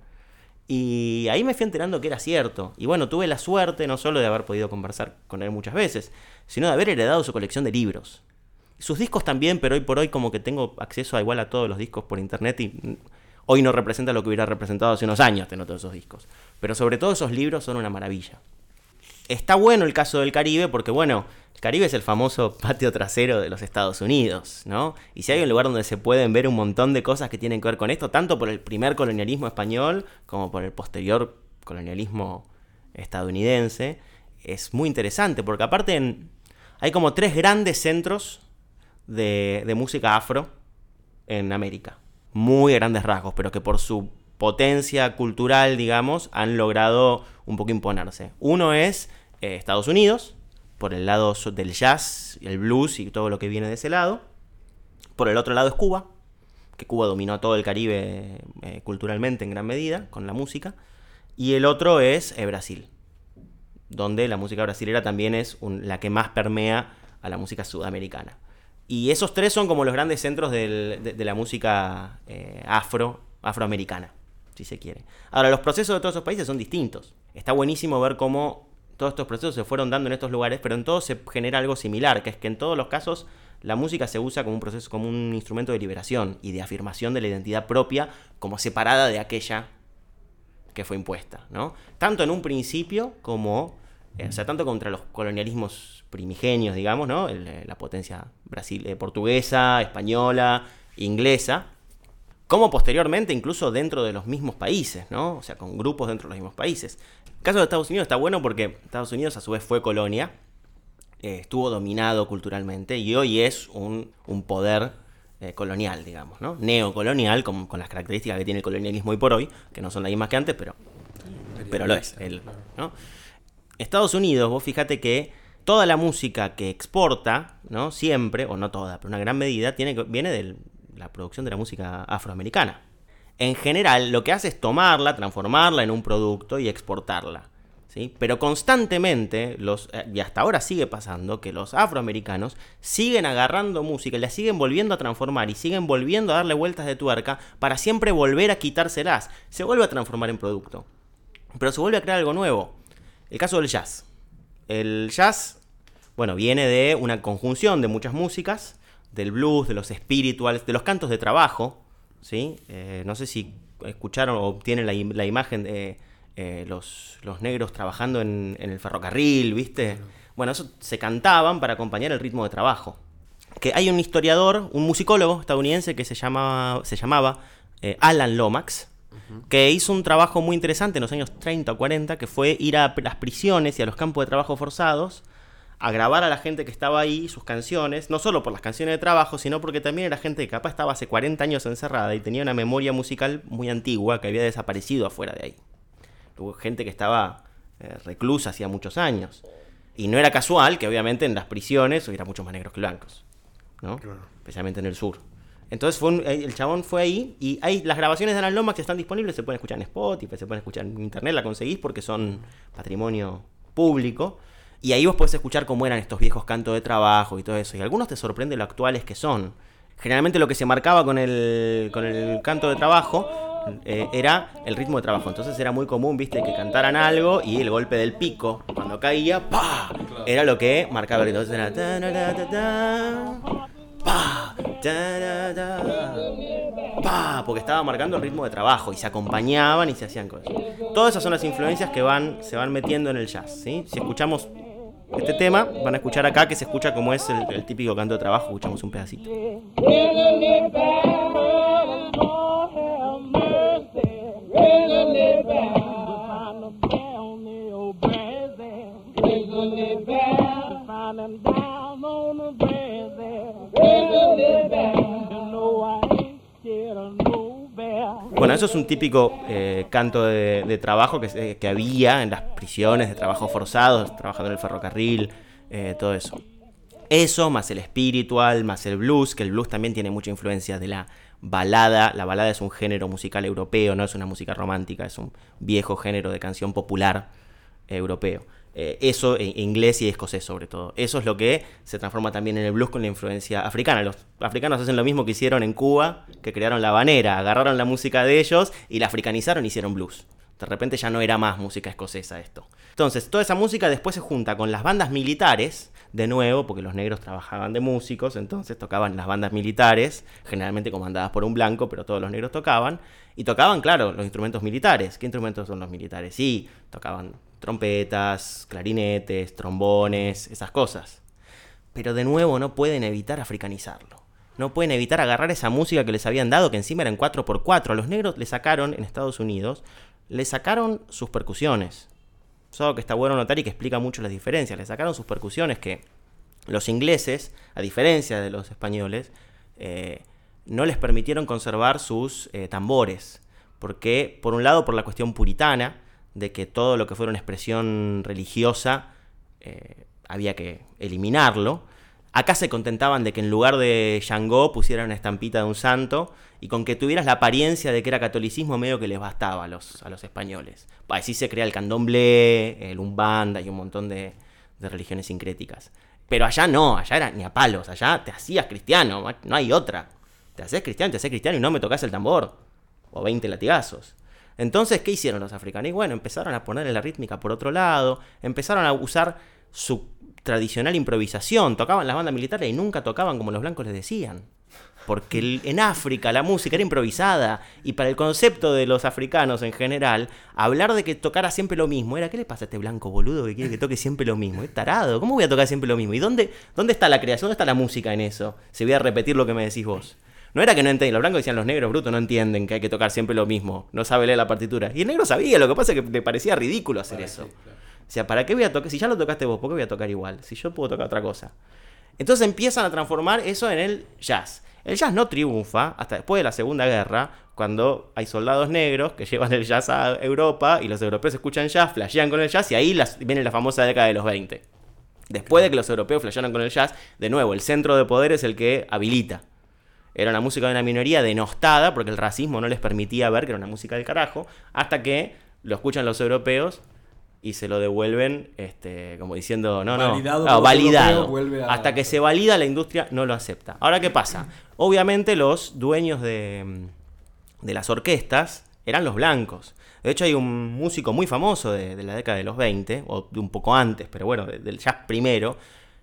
Y ahí me fui enterando que era cierto. Y bueno, tuve la suerte no solo de haber podido conversar con él muchas veces, sino de haber heredado su colección de libros. Sus discos también, pero hoy por hoy como que tengo acceso a igual a todos los discos por internet y hoy no representa lo que hubiera representado hace unos años tener todos esos discos. Pero sobre todo esos libros son una maravilla. Está bueno el caso del Caribe porque, bueno, el Caribe es el famoso patio trasero de los Estados Unidos, ¿no? Y si hay un lugar donde se pueden ver un montón de cosas que tienen que ver con esto, tanto por el primer colonialismo español como por el posterior colonialismo estadounidense, es muy interesante porque aparte en, hay como tres grandes centros de, de música afro en América. Muy grandes rasgos, pero que por su potencia cultural, digamos, han logrado un poco imponerse. Uno es eh, Estados Unidos, por el lado del jazz, el blues y todo lo que viene de ese lado. Por el otro lado es Cuba, que Cuba dominó todo el Caribe eh, culturalmente en gran medida, con la música. Y el otro es eh, Brasil, donde la música brasilera también es un, la que más permea a la música sudamericana. Y esos tres son como los grandes centros del, de, de la música eh, afro, afroamericana, si se quiere. Ahora, los procesos de todos esos países son distintos. Está buenísimo ver cómo todos estos procesos se fueron dando en estos lugares, pero en todos se genera algo similar, que es que en todos los casos la música se usa como un proceso, como un instrumento de liberación y de afirmación de la identidad propia como separada de aquella que fue impuesta, ¿no? Tanto en un principio como, eh, o sea, tanto contra los colonialismos primigenios, digamos, ¿no? El, la potencia Brasil, eh, portuguesa, española, inglesa, como posteriormente incluso dentro de los mismos países, ¿no? O sea, con grupos dentro de los mismos países. El caso de Estados Unidos está bueno porque Estados Unidos a su vez fue colonia, eh, estuvo dominado culturalmente y hoy es un, un poder eh, colonial, digamos, ¿no? Neocolonial, con, con las características que tiene el colonialismo hoy por hoy, que no son las mismas que antes, pero, pero lo es, el, ¿no? Estados Unidos, vos fíjate que toda la música que exporta, ¿no? Siempre, o no toda, pero una gran medida, tiene, viene de la producción de la música afroamericana. En general, lo que hace es tomarla, transformarla en un producto y exportarla, ¿sí? Pero constantemente, los, y hasta ahora sigue pasando, que los afroamericanos siguen agarrando música y la siguen volviendo a transformar y siguen volviendo a darle vueltas de tuerca para siempre volver a quitárselas. Se vuelve a transformar en producto, pero se vuelve a crear algo nuevo. El caso del jazz. El jazz, Bueno, viene de una conjunción de muchas músicas, del blues, de los spirituals, de los cantos de trabajo, ¿sí? Eh, no sé si escucharon o tienen la, la imagen de eh, los, los negros trabajando en, en el ferrocarril, ¿viste? Bueno, eso se cantaban para acompañar el ritmo de trabajo. Que hay un historiador, un musicólogo estadounidense que se, llama, se llamaba eh, Alan Lomax, uh-huh. que hizo un trabajo muy interesante en los años treinta o cuarenta, que fue ir a las prisiones y a los campos de trabajo forzados a grabar a la gente que estaba ahí sus canciones, no solo por las canciones de trabajo, sino porque también era gente que capaz estaba hace cuarenta años encerrada y tenía una memoria musical muy antigua que había desaparecido afuera de ahí. Hubo gente que estaba eh, reclusa hacía muchos años. Y no era casual que obviamente en las prisiones hubiera muchos más negros que blancos, ¿no? Claro. Especialmente en el sur. Entonces fue un, el chabón fue ahí y hay, las grabaciones de Alan Lomax están disponibles, se pueden escuchar en Spotify, se pueden escuchar en internet, la conseguís porque son patrimonio público. Y ahí vos podés escuchar cómo eran estos viejos cantos de trabajo y todo eso. Y algunos te sorprende lo actuales que son. Generalmente lo que se marcaba con el, con el canto de trabajo eh, era el ritmo de trabajo. Entonces era muy común, viste, que cantaran algo y el golpe del pico, cuando caía, ¡pa! Era lo que marcaba. Entonces era... ¡pa! ¡pa! Porque estaba marcando el ritmo de trabajo y se acompañaban y se hacían cosas. Todas esas son las influencias que van, se van metiendo en el jazz, ¿sí? Si escuchamos este tema, van a escuchar acá que se escucha como es el, el típico canto de trabajo. Escuchamos un pedacito. Bueno, eso es un típico eh, canto de, de trabajo que, que había en las prisiones de trabajo forzados, trabajando en el ferrocarril, eh, todo eso. Eso, más el spiritual, más el blues, que el blues también tiene mucha influencia de la balada. La balada es un género musical europeo, no es una música romántica, es un viejo género de canción popular eh, europeo. Eh, eso, en inglés y escocés sobre todo. Eso es lo que se transforma también en el blues con la influencia africana. Los africanos hacen lo mismo que hicieron en Cuba, que crearon la habanera, agarraron la música de ellos y la africanizaron y hicieron blues. De repente ya no era más música escocesa esto. Entonces, toda esa música después se junta con las bandas militares, de nuevo, porque los negros trabajaban de músicos, entonces tocaban las bandas militares, generalmente comandadas por un blanco, pero todos los negros tocaban, y tocaban, claro, los instrumentos militares. ¿Qué instrumentos son los militares? Sí, tocaban trompetas, clarinetes, trombones, esas cosas. Pero de nuevo no pueden evitar africanizarlo. No pueden evitar agarrar esa música que les habían dado, que encima era en cuatro por cuatro. A los negros le sacaron, en Estados Unidos, le sacaron sus percusiones. Eso es algo que está bueno notar y que explica mucho las diferencias. Le sacaron sus percusiones que los ingleses, a diferencia de los españoles, eh, no les permitieron conservar sus eh, tambores. Porque, por un lado, por la cuestión puritana, de que todo lo que fuera una expresión religiosa eh, había que eliminarlo. Acá se contentaban de que en lugar de Shango pusieran una estampita de un santo y con que tuvieras la apariencia de que era catolicismo medio que les bastaba a los, a los españoles. Así se crea el candomblé, el umbanda y un montón de, de religiones sincréticas. Pero allá no, allá era ni a palos, allá te hacías cristiano, no hay otra. Te hacés cristiano, te hacés cristiano y no me tocás el tambor. O veinte latigazos. Entonces, ¿qué hicieron los africanos? Y bueno, empezaron a ponerle la rítmica por otro lado, empezaron a usar su tradicional improvisación, tocaban las bandas militares y nunca tocaban como los blancos les decían. Porque el, en África la música era improvisada y para el concepto de los africanos en general, hablar de que tocara siempre lo mismo era, ¿qué le pasa a este blanco boludo que quiere que toque siempre lo mismo? Es tarado, ¿cómo voy a tocar siempre lo mismo? ¿Y dónde, dónde está la creación? ¿Dónde está la música en eso? Si voy a repetir lo que me decís vos. No era que no entendían, los blancos decían, los negros brutos no entienden que hay que tocar siempre lo mismo, no sabe leer la partitura. Y el negro sabía, lo que pasa es que le parecía ridículo hacer eso. O sea, ¿para qué voy a tocar? Si ya lo tocaste vos, ¿por qué voy a tocar igual? Si yo puedo tocar otra cosa. Entonces empiezan a transformar eso en el jazz. El jazz no triunfa hasta después de la Segunda Guerra, cuando hay soldados negros que llevan el jazz a Europa y los europeos escuchan jazz, flashean con el jazz y ahí las, viene la famosa década de los veinte. Después de que los europeos flashearon con el jazz, de nuevo, el centro de poder es el que habilita. Era una música de una minoría denostada porque el racismo no les permitía ver que era una música del carajo, hasta que lo escuchan los europeos y se lo devuelven este, como diciendo, no, no, validado, no, validado. Vuelve a... Hasta que se valida, la industria no lo acepta. Ahora, ¿qué pasa? Obviamente los dueños de, de las orquestas eran los blancos. De hecho, hay un músico muy famoso de, de la década de los veinte, o de un poco antes, pero bueno, de, del jazz primero,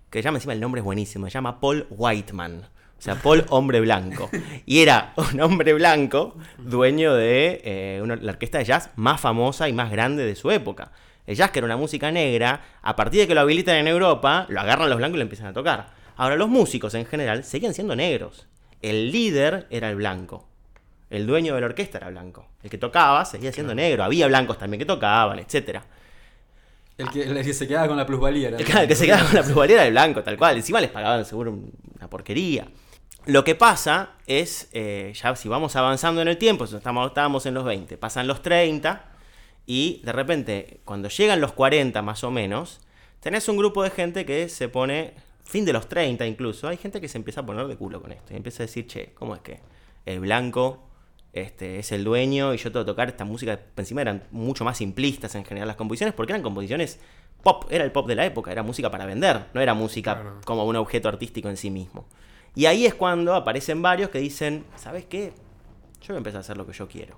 que se llama, encima el nombre es buenísimo, se llama Paul Whiteman. O sea, Paul hombre blanco. Y era un hombre blanco dueño de eh, una, la orquesta de jazz más famosa y más grande de su época. El jazz, que era una música negra, a partir de que lo habilitan en Europa, lo agarran los blancos y lo empiezan a tocar. Ahora, los músicos en general seguían siendo negros. El líder era el blanco. El dueño de la orquesta era blanco. El que tocaba seguía siendo negro. Había blancos también que tocaban, etcétera. El que, el que se quedaba con la plusvalía era el, el que se quedaba con la plusvalía era el blanco, tal cual. Encima les pagaban seguro una porquería. Lo que pasa es, eh, ya si vamos avanzando en el tiempo, estamos, estábamos en los veinte, pasan los treinta, y de repente, cuando llegan los cuarenta más o menos, tenés un grupo de gente que se pone, fin de los treinta incluso, hay gente que se empieza a poner de culo con esto, y empieza a decir, che, ¿cómo es que el blanco este, es el dueño y yo tengo que tocar esta música? Encima eran mucho más simplistas en general las composiciones, porque eran composiciones pop, era el pop de la época, era música para vender, no era música claro. como un objeto artístico en sí mismo. Y ahí es cuando aparecen varios que dicen, ¿sabes qué? Yo voy a empezar a hacer lo que yo quiero.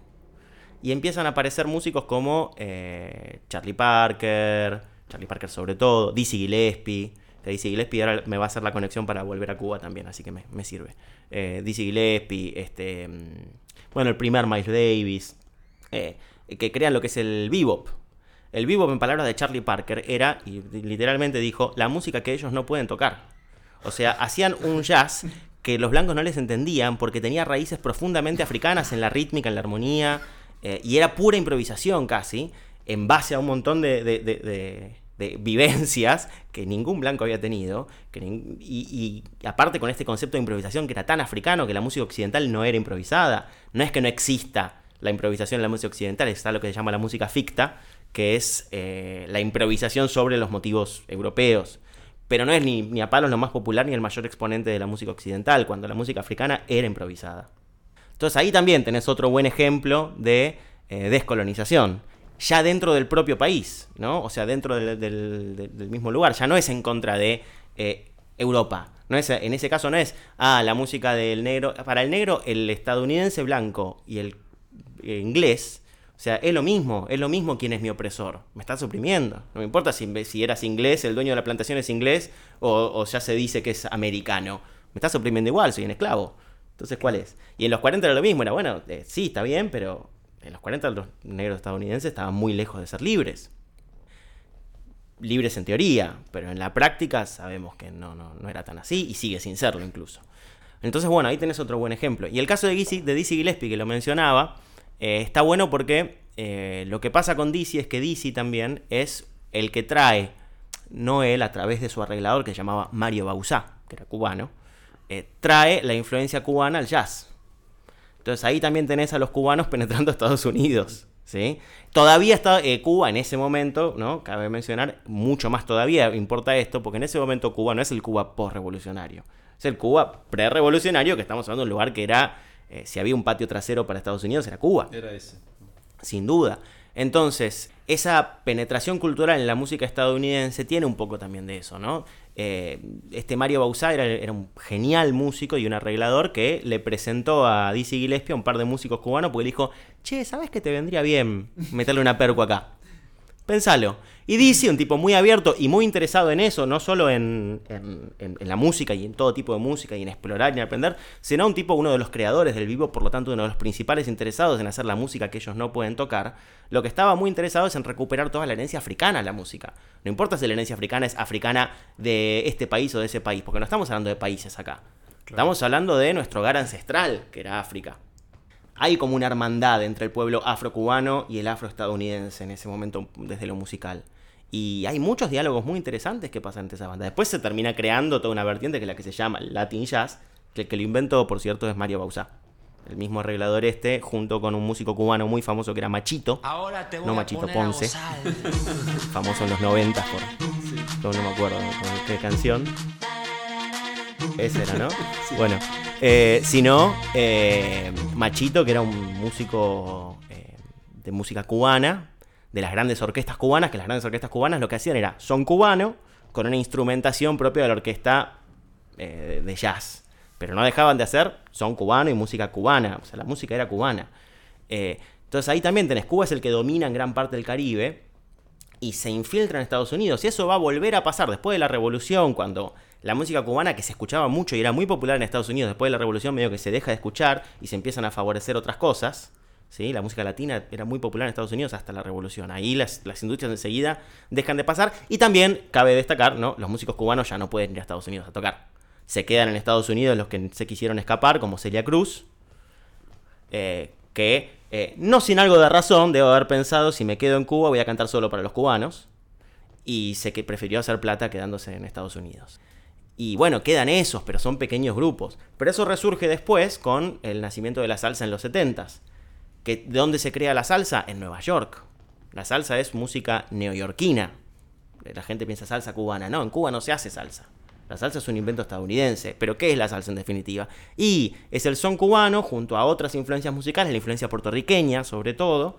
Y empiezan a aparecer músicos como eh, Charlie Parker, Charlie Parker sobre todo, Dizzy Gillespie, que Dizzy Gillespie ahora me va a hacer la conexión para volver a Cuba también, así que me, me sirve. Eh, Dizzy Gillespie, este, bueno, el primer Miles Davis, eh, que crean lo que es el bebop. El bebop, en palabras de Charlie Parker, era, y literalmente dijo, la música que ellos no pueden tocar. O sea, hacían un jazz que los blancos no les entendían porque tenía raíces profundamente africanas en la rítmica, en la armonía, eh, y era pura improvisación casi, en base a un montón de, de, de, de, de vivencias que ningún blanco había tenido, que ning- y, y aparte con este concepto de improvisación que era tan africano que la música occidental no era improvisada. No es que no exista la improvisación en la música occidental, está lo que se llama la música ficta, que es eh, la improvisación sobre los motivos europeos. Pero no es ni, ni a palos lo más popular ni el mayor exponente de la música occidental, cuando la música africana era improvisada. Entonces ahí también tenés otro buen ejemplo de eh, descolonización, ya dentro del propio país, ¿no? O sea, dentro del, del, del mismo lugar, ya no es en contra de eh, Europa. No es, en ese caso no es, ah, la música del negro. Para el negro, el estadounidense blanco y el eh, inglés, o sea, es lo mismo, es lo mismo quién es mi opresor. Me estás oprimiendo. No me importa si, si eras inglés, el dueño de la plantación es inglés, o, o ya se dice que es americano. Me estás oprimiendo igual, soy un esclavo. Entonces, ¿cuál es? Y en los cuarenta era lo mismo, era bueno, eh, sí, está bien, pero en los cuarenta los negros estadounidenses estaban muy lejos de ser libres. Libres en teoría, pero en la práctica sabemos que no, no, no era tan así, y sigue sin serlo incluso. Entonces, bueno, ahí tenés otro buen ejemplo. Y el caso de, Dizzy, de Dizzy Gillespie, que lo mencionaba, Eh, está bueno porque eh, lo que pasa con Dizzy es que Dizzy también es el que trae, no él a través de su arreglador que se llamaba Mario Bauzá, que era cubano, eh, trae la influencia cubana al jazz. Entonces ahí también tenés a los cubanos penetrando a Estados Unidos, ¿sí? Todavía está eh, Cuba en ese momento, ¿no? Cabe mencionar, mucho más todavía importa esto, porque en ese momento Cuba no es el Cuba post-revolucionario, es el Cuba pre-revolucionario, que estamos hablando de un lugar que era... Eh, si había un patio trasero para Estados Unidos, era Cuba. Era ese. Sin duda. Entonces, esa penetración cultural en la música estadounidense tiene un poco también de eso, ¿no? Eh, este Mario Bauzá era, era un genial músico y un arreglador que le presentó a Dizzy Gillespie a un par de músicos cubanos porque le dijo, che, ¿sabes que te vendría bien meterle una percu acá? Pensalo. Y Dizzy, un tipo muy abierto y muy interesado en eso, no solo en, en, en, en la música y en todo tipo de música y en explorar y en aprender, sino un tipo, uno de los creadores del vivo, por lo tanto uno de los principales interesados en hacer la música que ellos no pueden tocar, lo que estaba muy interesado es en recuperar toda la herencia africana en la música. No importa si la herencia africana es africana de este país o de ese país, porque no estamos hablando de países acá. Claro. Estamos hablando de nuestro hogar ancestral, que era África. Hay como una hermandad entre el pueblo afrocubano y el afroestadounidense en ese momento desde lo musical. Y hay muchos diálogos muy interesantes que pasan entre esas bandas. Después se termina creando toda una vertiente que es la que se llama Latin Jazz, que el que lo inventó, por cierto, es Mario Bauzá. El mismo arreglador este, junto con un músico cubano muy famoso que era Machito. Ahora te voy no Machito a Ponce. Famoso en los noventas por... Sí. No, no me acuerdo con qué canción. Ese era, ¿no? Sí. Bueno, eh, si no, eh, Machito, que era un músico eh, de música cubana, de las grandes orquestas cubanas, que las grandes orquestas cubanas lo que hacían era son cubano con una instrumentación propia de la orquesta eh, de jazz. Pero no dejaban de hacer son cubano y música cubana. O sea, la música era cubana. Eh, entonces ahí también tenés, Cuba es el que domina en gran parte del Caribe. y se infiltra en Estados Unidos. Y eso va a volver a pasar después de la Revolución, cuando la música cubana, que se escuchaba mucho y era muy popular en Estados Unidos, después de la Revolución medio que se deja de escuchar y se empiezan a favorecer otras cosas. ¿Sí? La música latina era muy popular en Estados Unidos hasta la Revolución. Ahí las, las industrias enseguida dejan de pasar. Y también cabe destacar, ¿no? Los músicos cubanos ya no pueden ir a Estados Unidos a tocar. Se quedan en Estados Unidos los que se quisieron escapar, como Celia Cruz, eh, que eh, no sin algo de razón, debo haber pensado, si me quedo en Cuba voy a cantar solo para los cubanos. Y sé que prefirió hacer plata quedándose en Estados Unidos. Y bueno, quedan esos, pero son pequeños grupos. Pero eso resurge después con el nacimiento de la salsa en los setentas. ¿De dónde se crea la salsa? En Nueva York. La salsa es música neoyorquina. La gente piensa salsa cubana. No, en Cuba no se hace salsa. La salsa es un invento estadounidense. ¿Pero qué es la salsa en definitiva? Y es el son cubano junto a otras influencias musicales, la influencia puertorriqueña sobre todo,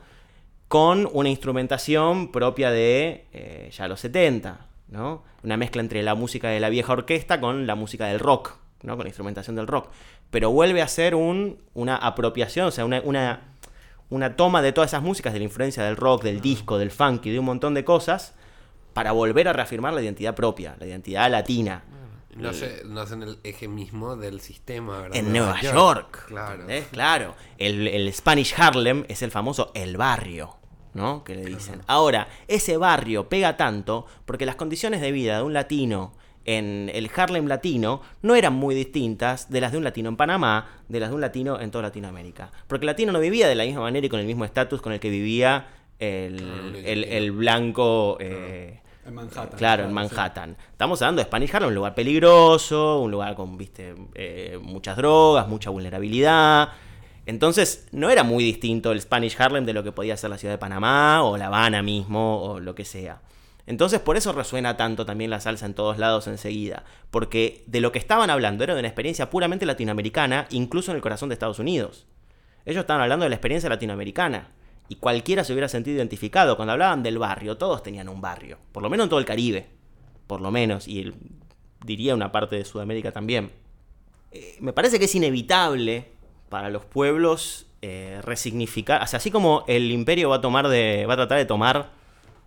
con una instrumentación propia de eh, ya los setenta, ¿no? Una mezcla entre la música de la vieja orquesta con la música del rock, ¿no? Con la instrumentación del rock. Pero vuelve a ser un, una apropiación, o sea, una... una una toma de todas esas músicas, de la influencia del rock, del disco, del funk y de un montón de cosas, para volver a reafirmar la identidad propia, la identidad latina. No sé, no es en el eje mismo del sistema, ¿verdad? En Nueva York. York claro. ¿Eh? Claro. El, el Spanish Harlem es el famoso el barrio, ¿no? Que le dicen. Claro. Ahora, ese barrio pega tanto porque las condiciones de vida de un latino en el Harlem latino no eran muy distintas de las de un latino en Panamá, de las de un latino en toda Latinoamérica. Porque el latino no vivía de la misma manera y con el mismo estatus con el que vivía el, no, el, el blanco... Eh, en Manhattan. Claro, en Manhattan. Sí. Estamos hablando de Spanish Harlem, un lugar peligroso, un lugar con, viste, eh, muchas drogas, mucha vulnerabilidad. Entonces, no era muy distinto el Spanish Harlem de lo que podía ser la ciudad de Panamá o La Habana mismo o lo que sea. Entonces por eso resuena tanto también la salsa en todos lados enseguida, porque de lo que estaban hablando era de una experiencia puramente latinoamericana, incluso en el corazón de Estados Unidos. Ellos estaban hablando de la experiencia latinoamericana, y cualquiera se hubiera sentido identificado. Cuando hablaban del barrio, todos tenían un barrio, por lo menos en todo el Caribe, por lo menos, y el, diría una parte de Sudamérica también. Eh, me parece que es inevitable para los pueblos eh, resignificar, o sea, así como el imperio va a tomar de, va a tratar de tomar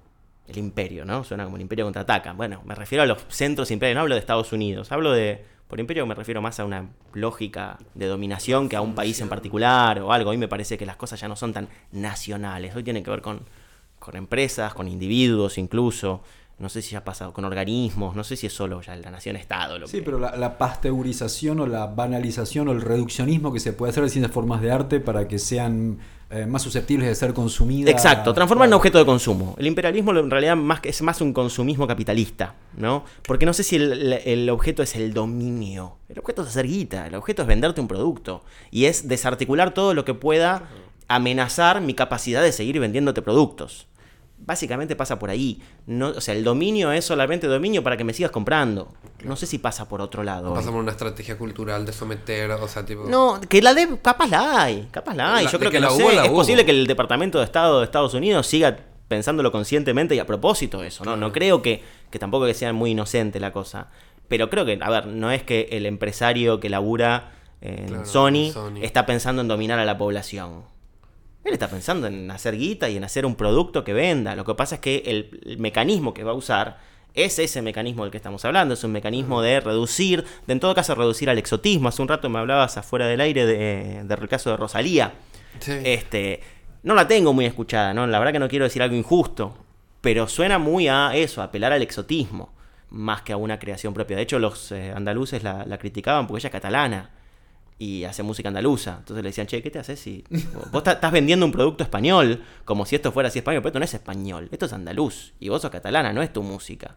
el imperio, ¿no? Suena como el imperio contraataca. Bueno, me refiero a los centros imperiales, no hablo de Estados Unidos. Hablo de, por imperio me refiero más a una lógica de dominación que a un país en particular o algo. Hoy me parece que las cosas ya no son tan nacionales. Hoy tienen que ver con, con empresas, con individuos incluso. No sé si ya ha pasado con organismos, no sé si es solo ya la nación-estado. Lo sí, que... pero la, la pasteurización o la banalización o el reduccionismo que se puede hacer de distintas formas de arte para que sean eh, más susceptibles de ser consumidas. Exacto, transformar en objeto de consumo. El imperialismo en realidad más, es más un consumismo capitalista, ¿no? Porque no sé si el, el objeto es el dominio. El objeto es hacer guita, el objeto es venderte un producto. Y es desarticular todo lo que pueda amenazar mi capacidad de seguir vendiéndote productos. Básicamente pasa por ahí. No, o sea, el dominio es solamente dominio para que me sigas comprando. Claro. No sé si pasa por otro lado. Pasa por una estrategia cultural de someter, o sea, tipo... No, que la de... Capaz la hay, capaz la hay. La, Yo creo que, que no sé, es hubo. posible que el Departamento de Estado de Estados Unidos siga pensándolo conscientemente y a propósito eso, ¿no? Claro. No creo que, que tampoco que sea muy inocente la cosa. Pero creo que, a ver, no es que el empresario que labura en claro, Sony, Sony está pensando en dominar a la población. Él está pensando en hacer guita y en hacer un producto que venda. Lo que pasa es que el, el mecanismo que va a usar es ese mecanismo del que estamos hablando. Es un mecanismo de reducir, de en todo caso reducir al exotismo. Hace un rato me hablabas afuera del aire de, del caso de Rosalía. Sí. Este, no la tengo muy escuchada, ¿no? La verdad que no quiero decir algo injusto, pero suena muy a eso, a apelar al exotismo, más que a una creación propia. De hecho, los eh, andaluces la, la criticaban porque ella es catalana y hace música andaluza. Entonces le decían, che, ¿qué te haces si vos estás vendiendo un producto español como si esto fuera así español? Pero esto no es español, esto es andaluz y vos sos catalana, no es tu música.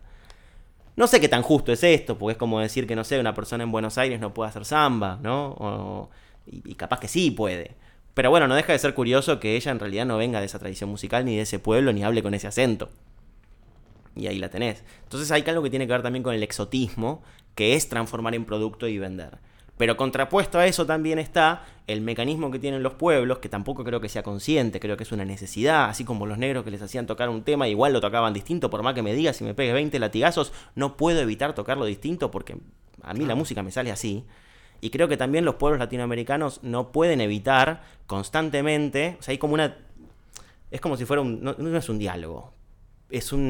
No sé qué tan justo es esto, porque es como decir que, no sé, una persona en Buenos Aires no puede hacer samba, ¿no? O, y, y capaz que sí puede. Pero bueno, no deja de ser curioso que ella en realidad no venga de esa tradición musical, ni de ese pueblo, ni hable con ese acento. Y ahí la tenés. Entonces hay algo que tiene que ver también con el exotismo, que es transformar en producto y vender. Pero contrapuesto a eso también está el mecanismo que tienen los pueblos, que tampoco creo que sea consciente, creo que es una necesidad, así como los negros que les hacían tocar un tema, igual lo tocaban distinto, por más que me digas, si me pegues veinte latigazos, no puedo evitar tocarlo distinto porque a mí la música me sale así. Y creo que también los pueblos latinoamericanos no pueden evitar constantemente, o sea, hay como una... Es como si fuera un... No, no es un diálogo, es un,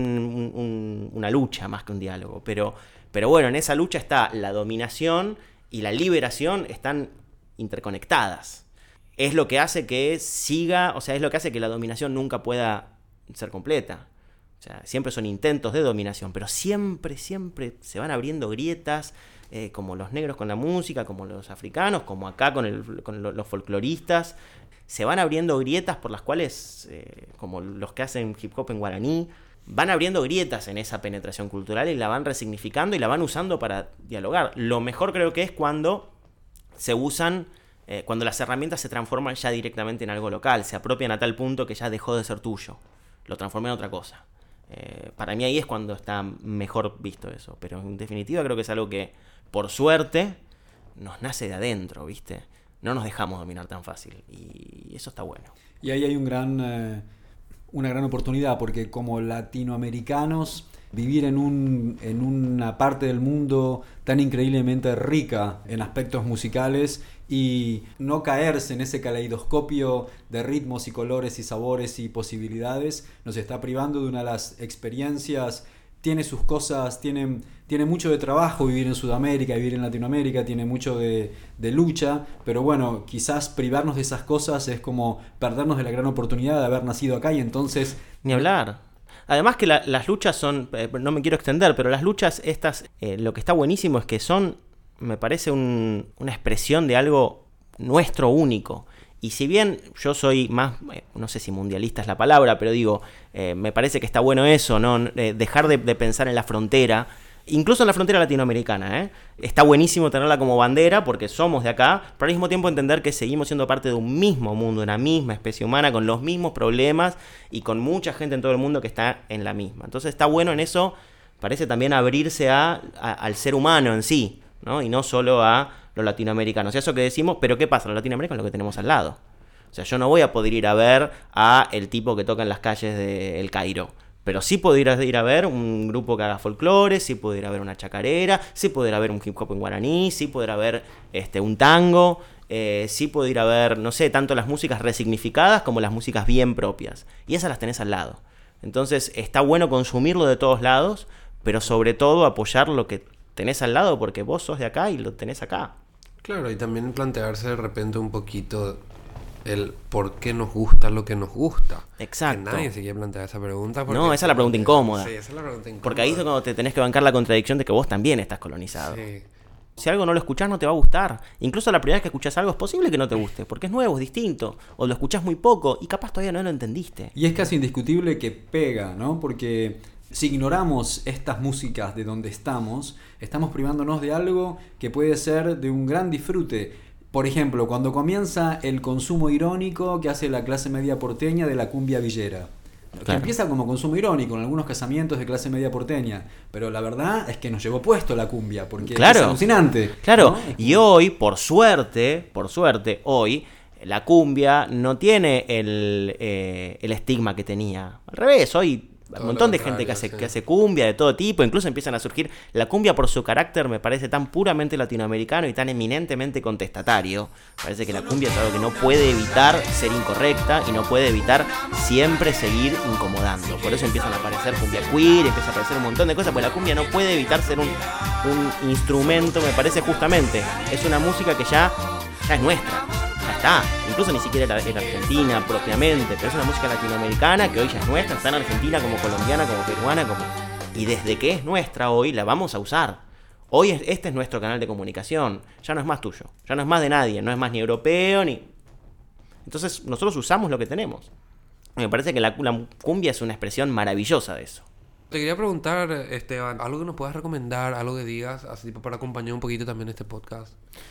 un, una lucha más que un diálogo. Pero, pero bueno, en esa lucha está la dominación y la liberación, están interconectadas. Es lo que hace que siga, o sea, es lo que hace que la dominación nunca pueda ser completa. O sea, siempre son intentos de dominación, pero siempre, siempre se van abriendo grietas, eh, como los negros con la música, como los africanos, como acá con, el, con lo, los folcloristas. Se van abriendo grietas por las cuales, eh, como los que hacen hip hop en guaraní, van abriendo grietas en esa penetración cultural y la van resignificando y la van usando para dialogar. Lo mejor creo que es cuando se usan, eh, cuando las herramientas se transforman ya directamente en algo local, se apropian a tal punto que ya dejó de ser tuyo, lo transformé en otra cosa. Eh, para mí ahí es cuando está mejor visto eso, pero en definitiva creo que es algo que, por suerte, nos nace de adentro, ¿viste? No nos dejamos dominar tan fácil y eso está bueno. Y ahí hay un gran, eh, una gran oportunidad, porque como latinoamericanos, vivir en, un, en una parte del mundo tan increíblemente rica en aspectos musicales y no caerse en ese caleidoscopio de ritmos y colores y sabores y posibilidades, nos está privando de una de las experiencias. Tiene sus cosas, tiene, tiene mucho de trabajo vivir en Sudamérica, vivir en Latinoamérica, tiene mucho de, de lucha, pero bueno, quizás privarnos de esas cosas es como perdernos de la gran oportunidad de haber nacido acá y entonces... Ni hablar. Además que la, las luchas son, eh, no me quiero extender, pero las luchas estas, eh, lo que está buenísimo es que son, me parece un, una expresión de algo nuestro único. Y si bien yo soy más, eh, no sé si mundialista es la palabra, pero digo, eh, me parece que está bueno eso, ¿no? Eh, dejar de, de pensar en la frontera, incluso en la frontera latinoamericana, ¿eh? Está buenísimo tenerla como bandera porque somos de acá, pero al mismo tiempo entender que seguimos siendo parte de un mismo mundo, una misma especie humana, con los mismos problemas y con mucha gente en todo el mundo que está en la misma. Entonces está bueno en eso, parece también abrirse a, a, al ser humano en sí, ¿no? Y no solo a los latinoamericanos. O sea, eso que decimos, pero ¿qué pasa? Los latinoamericanos es lo que tenemos al lado. O sea, yo no voy a poder ir a ver a el tipo que toca en las calles de El Cairo. Pero sí puedo ir a, ir a ver un grupo que haga folclore, sí puedo ir a ver una chacarera, sí puedo ir a ver un hip hop en guaraní, sí puedo ir a ver este, un tango, eh, sí puedo ir a ver, no sé, tanto las músicas resignificadas como las músicas bien propias. Y esas las tenés al lado. Entonces está bueno consumirlo de todos lados, pero sobre todo apoyar lo que tenés al lado porque vos sos de acá y lo tenés acá. Claro, y también plantearse de repente un poquito el por qué nos gusta lo que nos gusta. Exacto. Que nadie se quiere plantear esa pregunta. No, esa es la pregunta incómoda. Sí, esa es la pregunta incómoda. Porque ahí es cuando te tenés que bancar la contradicción de que vos también estás colonizado. Sí. Si algo no lo escuchás, no te va a gustar. Incluso la primera vez que escuchás algo es posible que no te guste, porque es nuevo, es distinto. O lo escuchás muy poco y capaz todavía no lo entendiste. Y es casi indiscutible que pega, ¿no? Porque si ignoramos estas músicas de donde estamos, estamos privándonos de algo que puede ser de un gran disfrute. Por ejemplo, cuando comienza el consumo irónico que hace la clase media porteña de la cumbia villera. Que claro. Empieza como consumo irónico en algunos casamientos de clase media porteña, pero la verdad es que nos llevó puesto la cumbia, porque claro. es alucinante. Claro, ¿no? Y hoy, por suerte, por suerte, hoy, la cumbia no tiene el, eh, el estigma que tenía. Al revés, hoy hay un montón de gente que hace, sí. que hace cumbia de todo tipo, incluso empiezan a surgir. La cumbia, por su carácter, me parece tan puramente latinoamericano y tan eminentemente contestatario. Parece que la cumbia es algo que no puede evitar ser incorrecta y no puede evitar siempre seguir incomodando. Por eso empiezan a aparecer cumbia queer, empieza a aparecer un montón de cosas, porque la cumbia no puede evitar ser un, un instrumento, me parece justamente. Es una música que ya, ya es nuestra. Ya está, incluso ni siquiera era, era argentina propiamente, pero es una música latinoamericana que hoy ya es nuestra, está en Argentina como colombiana, como peruana, como... y desde que es nuestra hoy la vamos a usar. Hoy es, este es nuestro canal de comunicación, ya no es más tuyo, ya no es más de nadie, no es más ni europeo ni... Entonces nosotros usamos lo que tenemos. Me parece que la, la cumbia es una expresión maravillosa de eso. Te quería preguntar, Esteban, algo que nos puedas recomendar, algo que digas, así para acompañar un poquito también este podcast.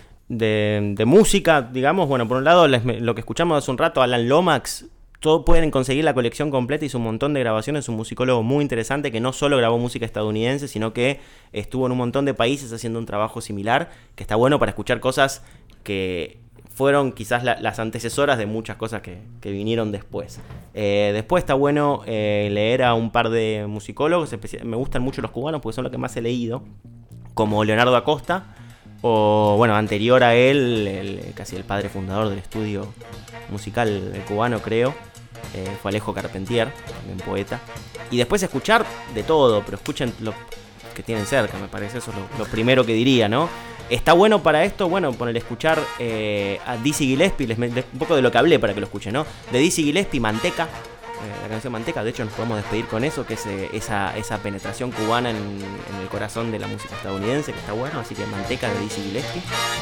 De, de música, digamos, bueno, por un lado les, lo que escuchamos hace un rato, Alan Lomax, todo pueden conseguir la colección completa, hizo un montón de grabaciones, es un musicólogo muy interesante que no solo grabó música estadounidense, sino que estuvo en un montón de países haciendo un trabajo similar, que está bueno para escuchar cosas que fueron quizás la, las antecesoras de muchas cosas que, que vinieron después. Eh, después está bueno eh, leer a un par de musicólogos, especial, me gustan mucho los cubanos porque son los que más he leído, como Leonardo Acosta, o bueno, anterior a él, el, casi el padre fundador del estudio musical cubano, creo, eh, fue Alejo Carpentier, también poeta. y después escuchar de todo, pero escuchen lo que tienen cerca, me parece, eso es lo, lo primero que diría, ¿no? Está bueno para esto, bueno, poner escuchar eh, a Dizzy Gillespie, les, les, un poco de lo que hablé para que lo escuchen, ¿no? De Dizzy Gillespie, Manteca, eh, la canción Manteca, de hecho nos podemos despedir con eso, que es eh, esa, esa penetración cubana en, en el corazón de la música estadounidense, que está bueno, así que Manteca de Dizzy Gillespie.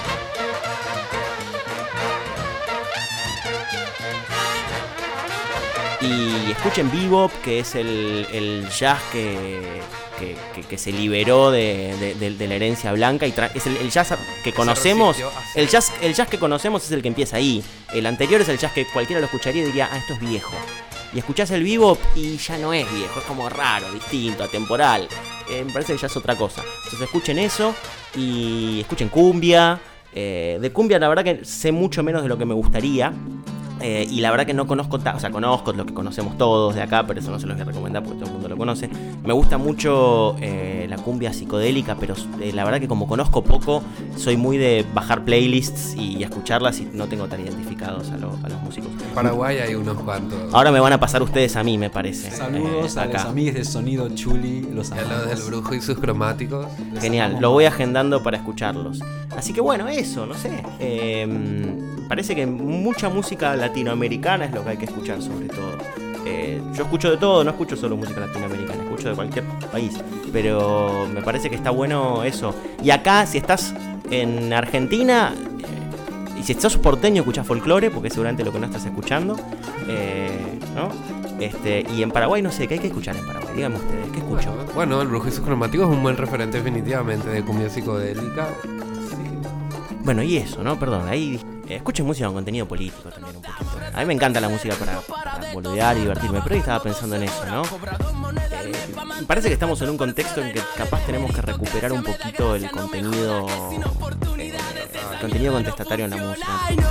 Y escuchen bebop, que es el, el jazz que, que, que, que se liberó de, de, de, de la herencia blanca. Y tra- es el, el jazz que conocemos. El jazz, el jazz que conocemos es el que empieza ahí. El anterior es el jazz que cualquiera lo escucharía y diría, ah, esto es viejo. Y escuchás el bebop y ya no es viejo, es como raro, distinto, atemporal. Eh, me parece que ya es otra cosa. Entonces escuchen eso y escuchen cumbia. Eh, de cumbia la verdad que sé mucho menos de lo que me gustaría. Eh, y la verdad que no conozco, ta- o sea, conozco lo que conocemos todos de acá, pero eso no se los voy a recomendar porque todo el mundo lo conoce. Me gusta mucho eh, la cumbia psicodélica, pero eh, la verdad que como conozco poco, soy muy de bajar playlists y, y escucharlas y no tengo tan identificados a, lo, a los músicos. En Paraguay hay unos cuantos. Ahora me van a pasar ustedes a mí, me parece. Saludos eh, a los amigos de Sonido Chuli, los Ya lo amamos. del brujo y sus cromáticos. Genial, lo voy agendando para escucharlos. Así que bueno, eso, no sé. Eh, parece que mucha música latinoamericana es lo que hay que escuchar sobre todo. Eh, yo escucho de todo, no escucho solo música latinoamericana, escucho de cualquier país. Pero me parece que está bueno eso. Y acá, si estás en Argentina, eh, y si estás porteño, escuchás folclore, porque es seguramente lo que no estás escuchando. Eh, ¿no? Este, y en Paraguay, no sé, ¿qué hay que escuchar en Paraguay? Díganme ustedes, ¿qué escucho? Bueno, bueno, el brujo y sus cromáticos es un buen referente definitivamente de cumbia psicodélica. Bueno, y eso, ¿no? Perdón, ahí eh, escuchen música con contenido político también un poquito. A mí me encanta la música para, para boludear y divertirme, pero hoy estaba pensando en eso, ¿no? Eh, me parece que estamos en un contexto en que capaz tenemos que recuperar un poquito el contenido, eh, el contenido contestatario en la música.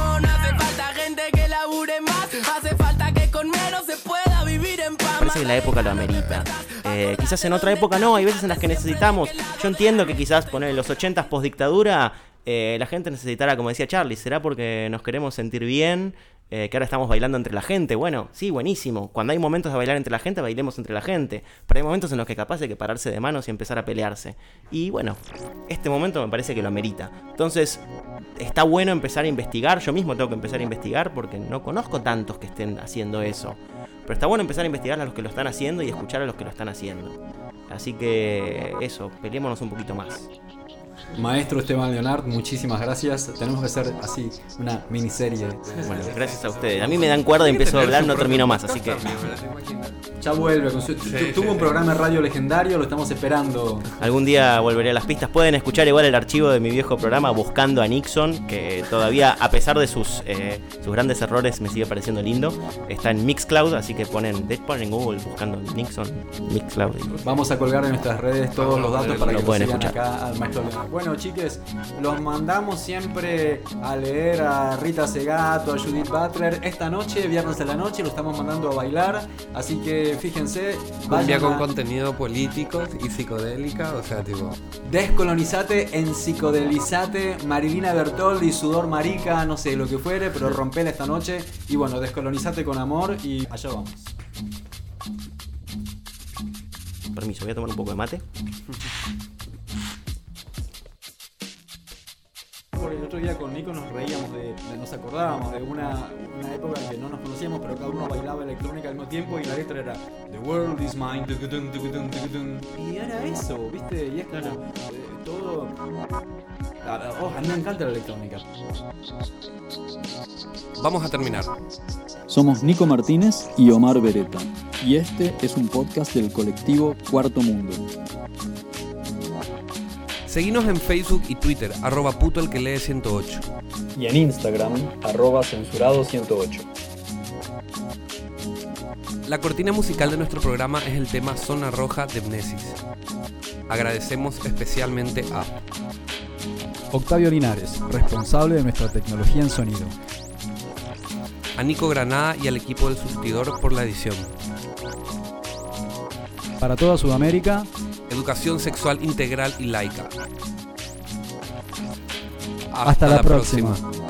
Parece que la época lo amerita. Eh, quizás en otra época no, hay veces en las que necesitamos. Yo entiendo que quizás poner en los ochentas post dictadura eh, la gente necesitará, como decía Charlie, será porque nos queremos sentir bien, eh, que ahora estamos bailando entre la gente. Bueno, sí, buenísimo. Cuando hay momentos de bailar entre la gente, bailemos entre la gente. Pero hay momentos en los que capaz hay que pararse de manos y empezar a pelearse. Y bueno, este momento me parece que lo amerita. Entonces, está bueno empezar a investigar. Yo mismo tengo que empezar a investigar porque no conozco tantos que estén haciendo eso. Pero está bueno empezar a investigar a los que lo están haciendo y escuchar a los que lo están haciendo. Así que eso, peleémonos un poquito más. Maestro Esteban Leonard, muchísimas gracias. Tenemos que hacer así una miniserie. Bueno, gracias a ustedes. A mí me dan cuerda y empiezo a hablar, no termino más, así que Ya vuelve. Con su, tu- Sí, tuvo sí, un programa de radio legendario, lo estamos esperando. algún día volveré a las pistas. Pueden escuchar igual el archivo de mi viejo programa Buscando a Nixon, que todavía, a pesar de sus eh, sus grandes errores, me sigue pareciendo lindo. Está en Mixcloud, así que ponen, de- ponen en Google Buscando a Nixon, Mixcloud. y- Vamos a colgar en nuestras redes todos los datos para Lo que lo pueden sigan escuchar. acá al maestro Leonard. Bueno, chiques, los mandamos siempre a leer a Rita Segato, a Judith Butler. Esta noche, viernes de la noche, lo estamos mandando a bailar. Así que fíjense, Cumbia vayan con a contenido político y psicodélica, o sea, tipo... descolonizate, ensicodelizate, Marilina Bertoldi, sudor marica, no sé lo que fuere, pero rompela esta noche. Y bueno, descolonizate con amor y allá vamos. Permiso, voy a tomar un poco de mate. Porque el otro día con Nico nos reíamos, de, de- nos acordábamos de una, una época en que no nos conocíamos, pero cada uno bailaba electrónica al mismo tiempo y la letra era The world is mine, tucutun, tucutun, tucutun. Y era eso, ¿viste? Y es como eh, todo... A, a- oh, a mí me encanta la electrónica. Vamos a terminar. Somos Nico Martínez y Omar Beretta, y este es un podcast del colectivo Cuarto Mundo. Seguinos en Facebook y Twitter, arroba puto el que lee ciento ocho. Y en Instagram, arroba censurado ciento ocho. La cortina musical de nuestro programa es el tema Zona Roja de Mnesis. Agradecemos especialmente a Octavio Linares, responsable de nuestra tecnología en sonido. a Nico Granada y al equipo del Surtidor por la edición. Para toda Sudamérica, Educación sexual integral y laica. hasta, la próxima.